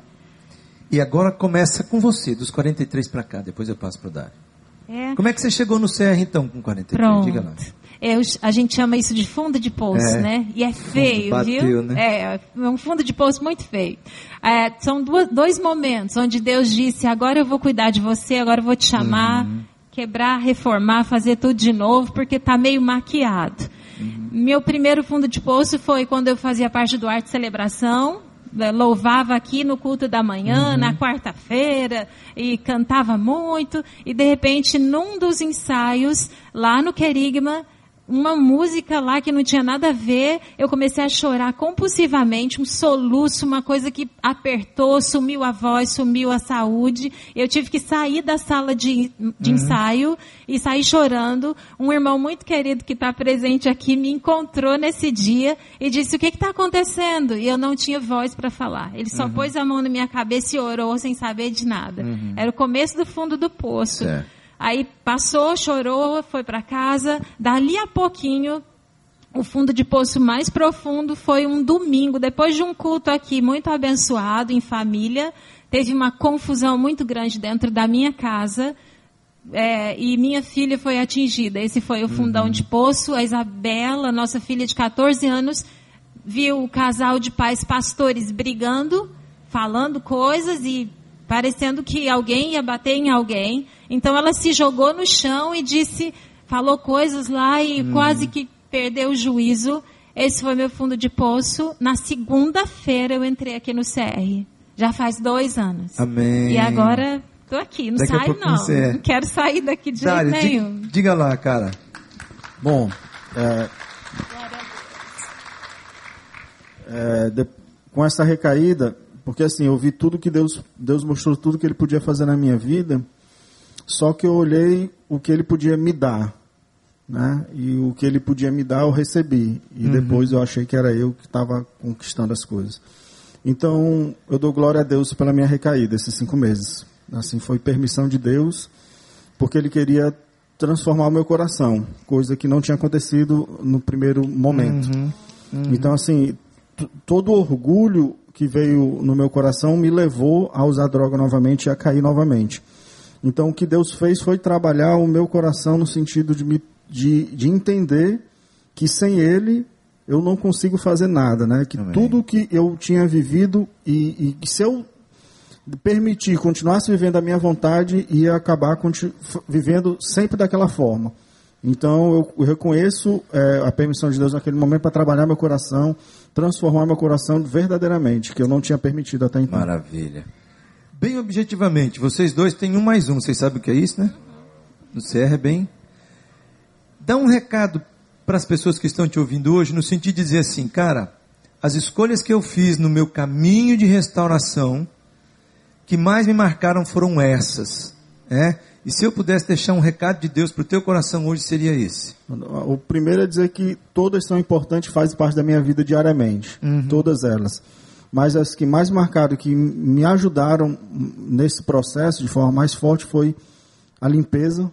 E agora começa com você, dos quarenta e três para cá, depois eu passo para o Dário. É. Como é que você chegou no C R então, com quarenta e três? Pronto. Diga lá. É, a gente chama isso de fundo de poço, é, né? E é feio, bateu, viu? Né? É, é um fundo de poço muito feio. É, são duas, dois momentos onde Deus disse, agora eu vou cuidar de você, agora eu vou te chamar, uhum. quebrar, reformar, fazer tudo de novo, porque está meio maquiado. Uhum. Meu primeiro fundo de poço foi quando eu fazia parte do Arte Celebração, louvava aqui no culto da manhã, uhum. na quarta-feira, e cantava muito, e de repente, num dos ensaios, lá no Querigma, uma música lá que não tinha nada a ver, eu comecei a chorar compulsivamente, um soluço, uma coisa que apertou, sumiu a voz, sumiu a saúde. Eu tive que sair da sala de, de uhum. ensaio e sair chorando. Um irmão muito querido que está presente aqui me encontrou nesse dia e disse, o que está acontecendo? E eu não tinha voz para falar. Ele só uhum. pôs a mão na minha cabeça e orou sem saber de nada. Uhum. Era o começo do fundo do poço. É. Aí passou, chorou, foi para casa. Dali a pouquinho, o fundo de poço mais profundo foi um domingo, depois de um culto aqui muito abençoado, em família. Teve uma confusão muito grande dentro da minha casa. É, e minha filha foi atingida. Esse foi o fundão uhum. de poço. A Isabela, nossa filha de catorze anos, viu o casal de pais pastores brigando, falando coisas e parecendo que alguém ia bater em alguém. Então ela se jogou no chão e disse, falou coisas lá e hum. quase que perdeu o juízo. Esse foi meu fundo de poço. Na segunda-feira eu entrei aqui no C R. Já faz dois anos. Amém. E agora estou aqui, não Daqui saio não. Você... Não quero sair daqui de Dário, jeito nenhum. Diga, diga lá, cara. Bom, é, é, de, com essa recaída, porque assim, eu vi tudo que Deus, Deus mostrou, tudo que Ele podia fazer na minha vida, só que eu olhei o que Ele podia me dar, né? E o que Ele podia me dar eu recebi, e uhum. depois eu achei que era eu que estava conquistando as coisas. Então, eu dou glória a Deus pela minha recaída, esses cinco meses. Assim, foi permissão de Deus, porque Ele queria transformar o meu coração, coisa que não tinha acontecido no primeiro momento. Uhum. Uhum. Então, assim, t- todo o orgulho que veio no meu coração me levou a usar droga novamente e a cair novamente. Então, o que Deus fez foi trabalhar o meu coração no sentido de, me, de, de entender que sem Ele eu não consigo fazer nada, né? Que Amém. Tudo que eu tinha vivido e, e se eu permitir, continuasse vivendo a minha vontade, ia acabar continu- vivendo sempre daquela forma. Então, eu, eu reconheço é, a permissão de Deus naquele momento para trabalhar meu coração, transformar meu coração verdadeiramente, que eu não tinha permitido até então. Maravilha. Bem objetivamente, vocês dois têm um mais um, vocês sabem o que é isso, né? No C R é bem... Dá um recado para as pessoas que estão te ouvindo hoje, no sentido de dizer assim, cara, as escolhas que eu fiz no meu caminho de restauração, que mais me marcaram foram essas, né? E se eu pudesse deixar um recado de Deus para o teu coração hoje, seria esse. O primeiro é dizer que todas são importantes, fazem parte da minha vida diariamente. Uhum. Todas elas. Mas as que mais marcaram, que me ajudaram nesse processo de forma mais forte, foi a limpeza,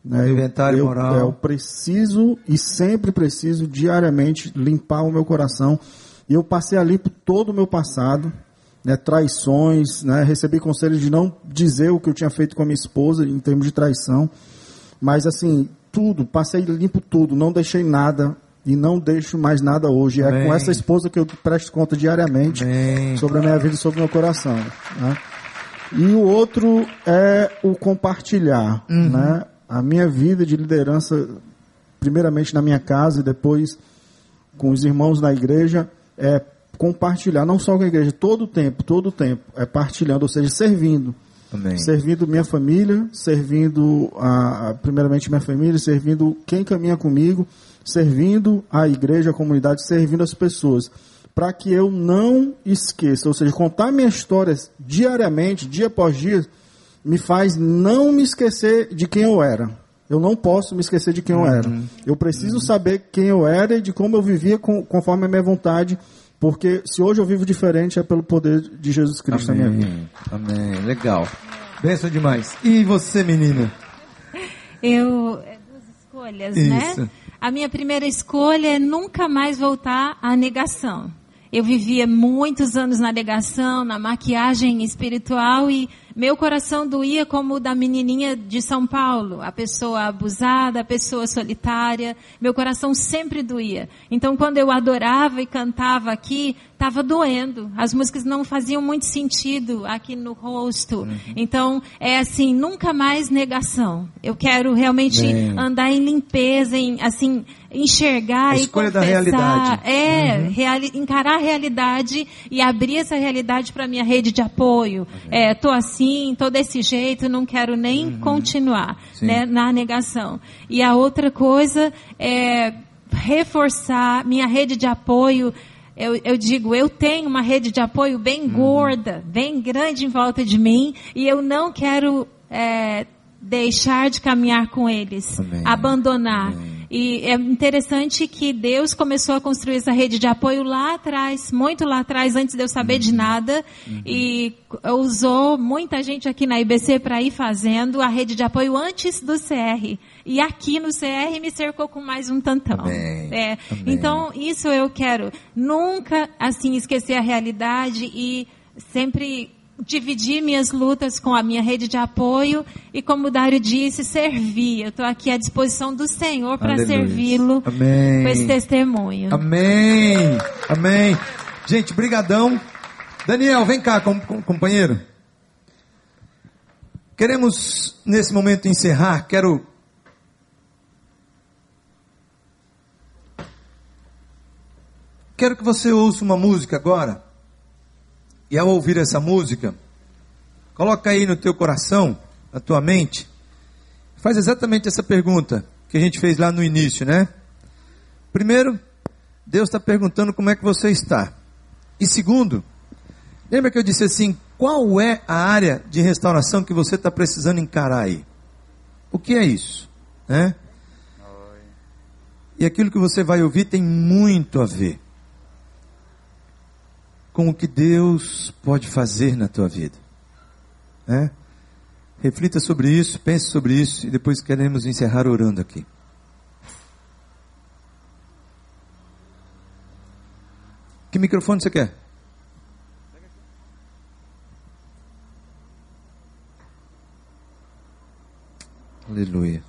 Né? Inventário eu, moral. Eu, eu preciso e sempre preciso diariamente limpar o meu coração. E eu passei a limpo todo o meu passado, né? Traições, né? Recebi conselhos de não dizer o que eu tinha feito com a minha esposa em termos de traição. Mas assim, tudo, passei limpo tudo, não deixei nada e não deixo mais nada hoje. Amém. É com essa esposa que eu presto conta diariamente Amém. sobre a minha vida e sobre o meu coração. Né? E o outro é o compartilhar, uhum. né? A minha vida de liderança, primeiramente na minha casa e depois com os irmãos na igreja, é compartilhar, não só com a igreja, todo o tempo, todo o tempo, é partilhando, ou seja, servindo. Amém. Servindo minha família, servindo, a, a, primeiramente minha família, servindo quem caminha comigo, servindo a igreja, a comunidade, servindo as pessoas. Para que eu não esqueça, ou seja, contar minha história diariamente, dia após dia, me faz não me esquecer de quem eu era. Eu não posso me esquecer de quem eu era. Uhum. Eu preciso uhum. saber quem eu era e de como eu vivia com, conforme a minha vontade, porque se hoje eu vivo diferente é pelo poder de Jesus Cristo Amém. na minha vida. Amém. Legal. Benção demais. E você, menina? Eu... É duas escolhas, Isso. né? A minha primeira escolha é nunca mais voltar à negação. Eu vivia muitos anos na negação, na maquiagem espiritual e meu coração doía como o da menininha de São Paulo, a pessoa abusada, a pessoa solitária. Meu coração sempre doía. Então, quando eu adorava e cantava aqui, estava doendo. As músicas não faziam muito sentido aqui no rosto. Uhum. Então, é assim, nunca mais negação. Eu quero realmente Bem. andar em limpeza, em, assim, enxergar a e escolha confessar. da realidade. É, uhum. reali- encarar a realidade e abrir essa realidade para minha rede de apoio. Uhum. É, tô assim, tô desse jeito, não quero nem uhum. continuar, né, na negação. E a outra coisa é reforçar minha rede de apoio. Eu, eu digo, eu tenho uma rede de apoio bem gorda, uhum. bem grande em volta de mim, e eu não quero é, deixar de caminhar com eles, Amém. abandonar. Amém. E é interessante que Deus começou a construir essa rede de apoio lá atrás, muito lá atrás, antes de eu saber uhum. de nada, uhum. e usou muita gente aqui na I B C para ir fazendo a rede de apoio antes do C R. E aqui no C R me cercou com mais um tantão. Amém. É. Amém. Então, isso eu quero. Nunca, assim, esquecer a realidade e sempre dividir minhas lutas com a minha rede de apoio e, como o Dário disse, servir. Eu estou aqui à disposição do Senhor para servi-lo com esse testemunho. Amém. Amém. Gente, brigadão. Daniel, vem cá, com, com, companheiro. Queremos, nesse momento, encerrar. Quero... Quero que você ouça uma música agora. E ao ouvir essa música, coloca aí no teu coração, na tua mente, faz exatamente essa pergunta que a gente fez lá no início, né? Primeiro, Deus está perguntando como é que você está. E segundo, lembra que eu disse assim, qual é a área de restauração que você está precisando encarar aí? O que é isso? Né? E aquilo que você vai ouvir tem muito a ver com o que Deus pode fazer na tua vida. Né? Reflita sobre isso, pense sobre isso e depois queremos encerrar orando aqui. Que microfone você quer? Aleluia.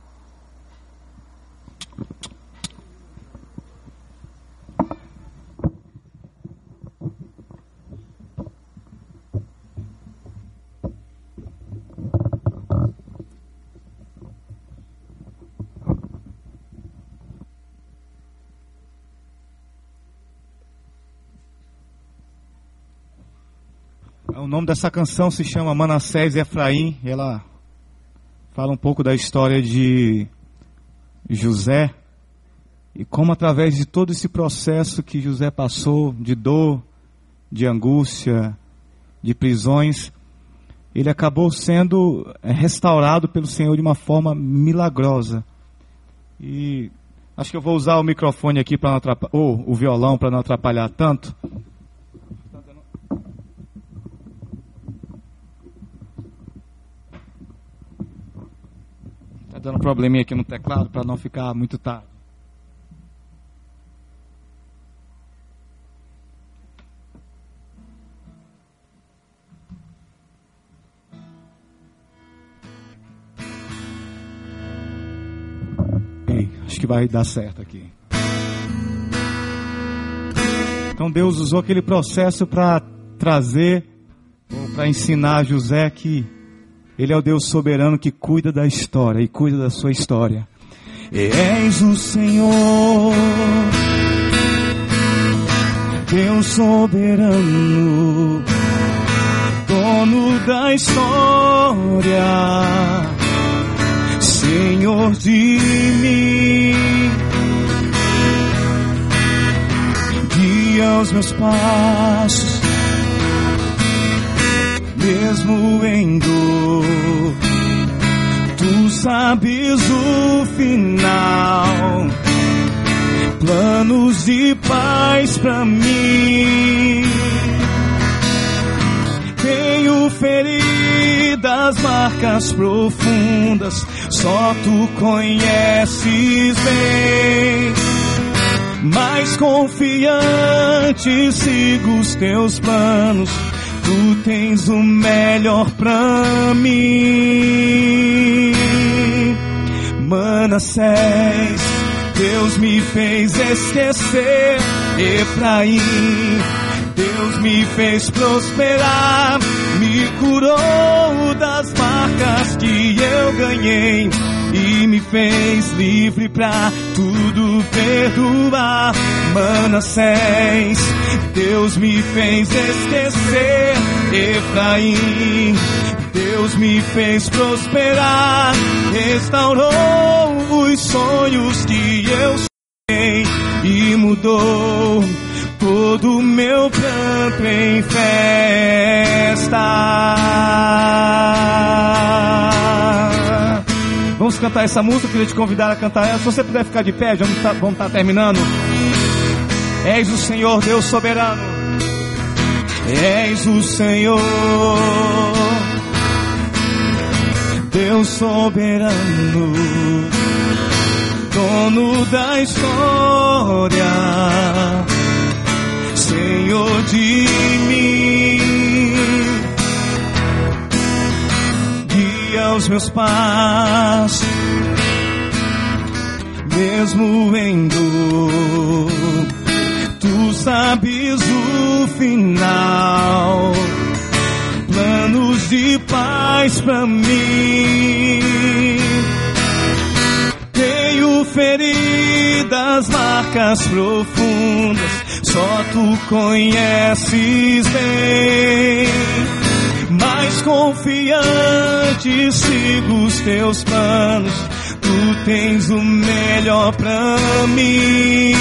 O nome dessa canção se chama Manassés e Efraim. Ela fala um pouco da história de José e como através de todo esse processo que José passou, de dor, de angústia, de prisões, ele acabou sendo restaurado pelo Senhor de uma forma milagrosa. E acho que eu vou usar o microfone aqui para não atrapalhar, ou o violão para não atrapalhar tanto. Tá dando probleminha aqui no teclado para não ficar muito tarde. Ei, acho que vai dar certo aqui. Então Deus usou aquele processo para trazer, para ensinar José que Ele é o Deus soberano que cuida da história e cuida da sua história. És o Senhor, Deus soberano, dono da história, Senhor de mim. Guia os meus passos, mesmo em dor, tu sabes o final, planos de paz pra mim. Tenho feridas, marcas profundas, só tu conheces bem. Mas confiante sigo os teus planos, tu tens o melhor pra mim. Manassés, Deus me fez esquecer Efraim, Deus me fez prosperar, me curou das marcas que eu ganhei e me fez livre pra tudo perdoar. Manassés, Deus me fez esquecer Efraim, Deus me fez prosperar, restaurou os sonhos que eu sonhei e mudou todo o meu pranto em festa. Vamos cantar essa música, eu queria te convidar a cantar ela. Se você puder ficar de pé, já vamos estar terminando. És o Senhor, Deus soberano. És o Senhor, Deus soberano, dono da história, Senhor de mim. Guia os meus passos, mesmo em dor, tu sabes o final, planos de paz pra mim. Tenho feridas, marcas profundas, só tu conheces bem. Mas confiante sigo os teus planos, tu tens o melhor pra mim.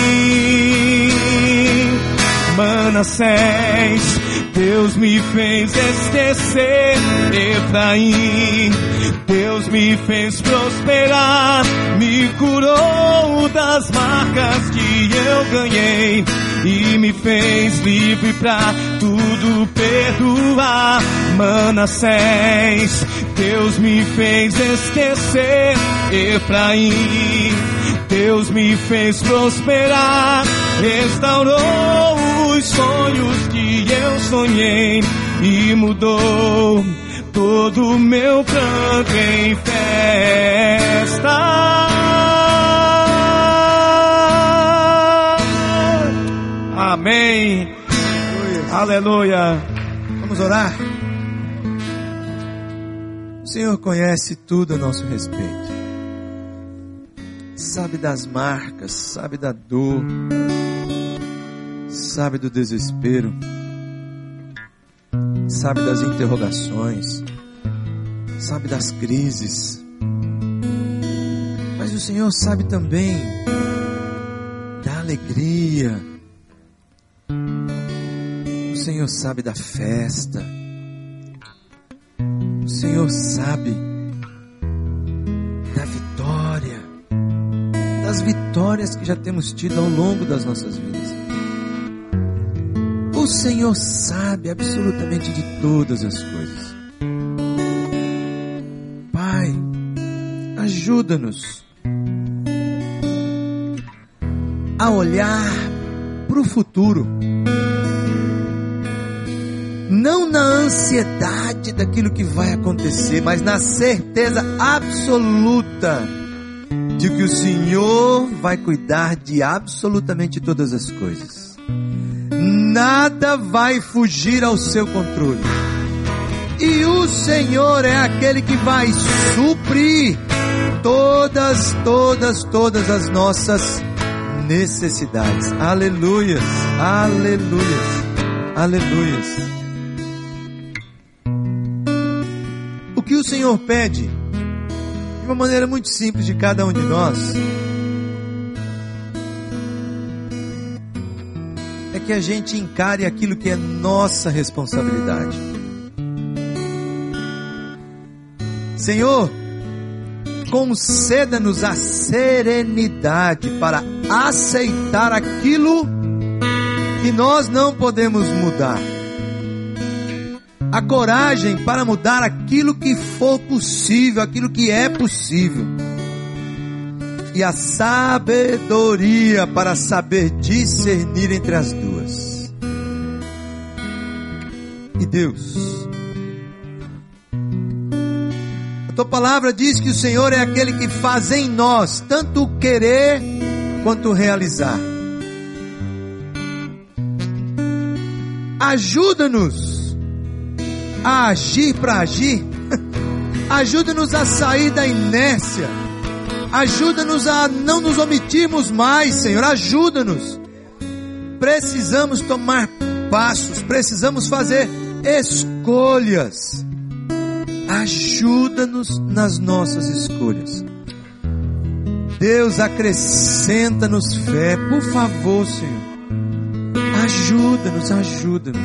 Manassés, Deus me fez esquecer Efraim, Deus me fez prosperar, me curou das marcas que eu ganhei e me fez livre pra tudo perdoar. Manassés, Deus me fez esquecer Efraim, Deus me fez prosperar, restaurou os sonhos que eu sonhei e mudou todo o meu pranto em festa. Amém. Aleluia. Vamos orar? O Senhor conhece tudo a nosso respeito. Sabe das marcas, sabe da dor, sabe do desespero, sabe das interrogações, sabe das crises. Mas o Senhor sabe também da alegria. O Senhor sabe da festa. O Senhor sabe da vitória, das vitórias que já temos tido ao longo das nossas vidas. O Senhor sabe absolutamente de todas as coisas. Pai, ajuda-nos a olhar para o futuro, não na ansiedade daquilo que vai acontecer, mas na certeza absoluta de que o Senhor vai cuidar de absolutamente todas as coisas. Nada vai fugir ao seu controle. E o Senhor é aquele que vai suprir todas, todas, todas as nossas necessidades. Aleluias, aleluias, aleluias. O que o Senhor pede, de uma maneira muito simples de cada um de nós, é que a gente encare aquilo que é nossa responsabilidade. Senhor, conceda-nos a serenidade para aceitar aquilo que nós não podemos mudar, a coragem para mudar aquilo que for possível, aquilo que é possível, e a sabedoria para saber discernir entre as duas. E Deus, a tua palavra diz que o Senhor é aquele que faz em nós tanto o querer quanto o realizar. Ajuda-nos a agir para agir. Ajuda-nos a sair da inércia. Ajuda-nos a não nos omitirmos mais, Senhor. Ajuda-nos. Precisamos tomar passos. Precisamos fazer escolhas. Ajuda-nos nas nossas escolhas. Deus, acrescenta-nos fé. Por favor, Senhor. Ajuda-nos, ajuda-nos.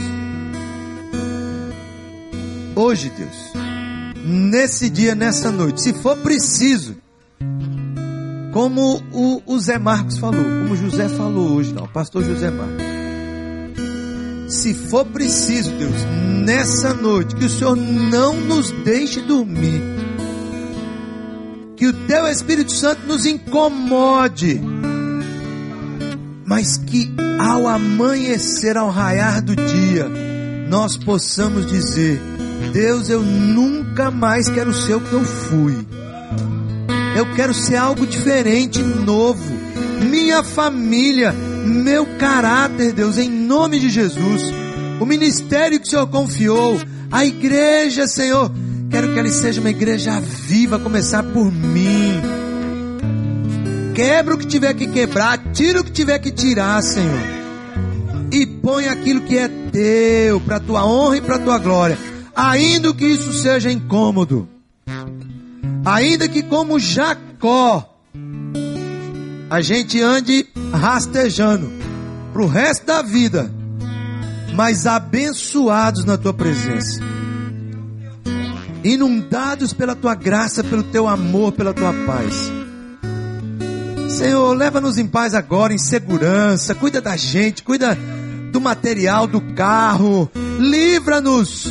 Hoje, Deus, nesse dia, nessa noite, se for preciso, como o, o Zé Marcos falou, como o José falou hoje, não, o pastor José Marcos, se for preciso, Deus, nessa noite, que o Senhor não nos deixe dormir, que o Teu Espírito Santo nos incomode, mas que ao amanhecer, ao raiar do dia, nós possamos dizer: Deus, eu nunca mais quero ser o que eu fui. Eu quero ser algo diferente, novo. Minha família, meu caráter, Deus, em nome de Jesus. O ministério que o Senhor confiou, a igreja, Senhor, quero que ela seja uma igreja viva, a começar por mim. Quebra o que tiver que quebrar, tira o que tiver que tirar, Senhor, e põe aquilo que é Teu, para a Tua honra e para a Tua glória. Ainda que isso seja incômodo, ainda que como Jacó a gente ande rastejando para o resto da vida, mas abençoados na Tua presença, inundados pela Tua graça, pelo Teu amor, pela Tua paz. Senhor, leva-nos em paz agora, em segurança. Cuida da gente, cuida do material, do carro. Livra-nos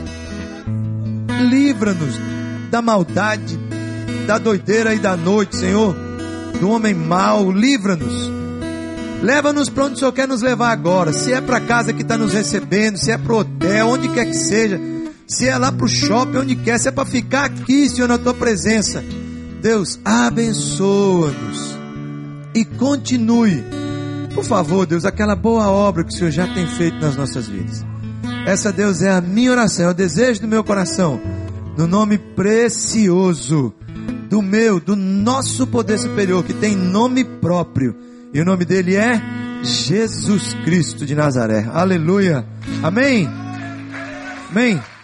Livra-nos da maldade, da doideira e da noite, Senhor, do homem mau. Livra-nos. Leva-nos para onde o Senhor quer nos levar agora. Se é para a casa que está nos recebendo, se é para o hotel, onde quer que seja, se é lá para o shopping, onde quer, se é para ficar aqui, Senhor, na Tua presença. Deus, abençoa-nos e continue, por favor, Deus, aquela boa obra que o Senhor já tem feito nas nossas vidas. Essa, Deus, é a minha oração, é o desejo do meu coração, no nome precioso do meu, do nosso poder superior, que tem nome próprio, e o nome dele é Jesus Cristo de Nazaré. Aleluia. Amém. Amém.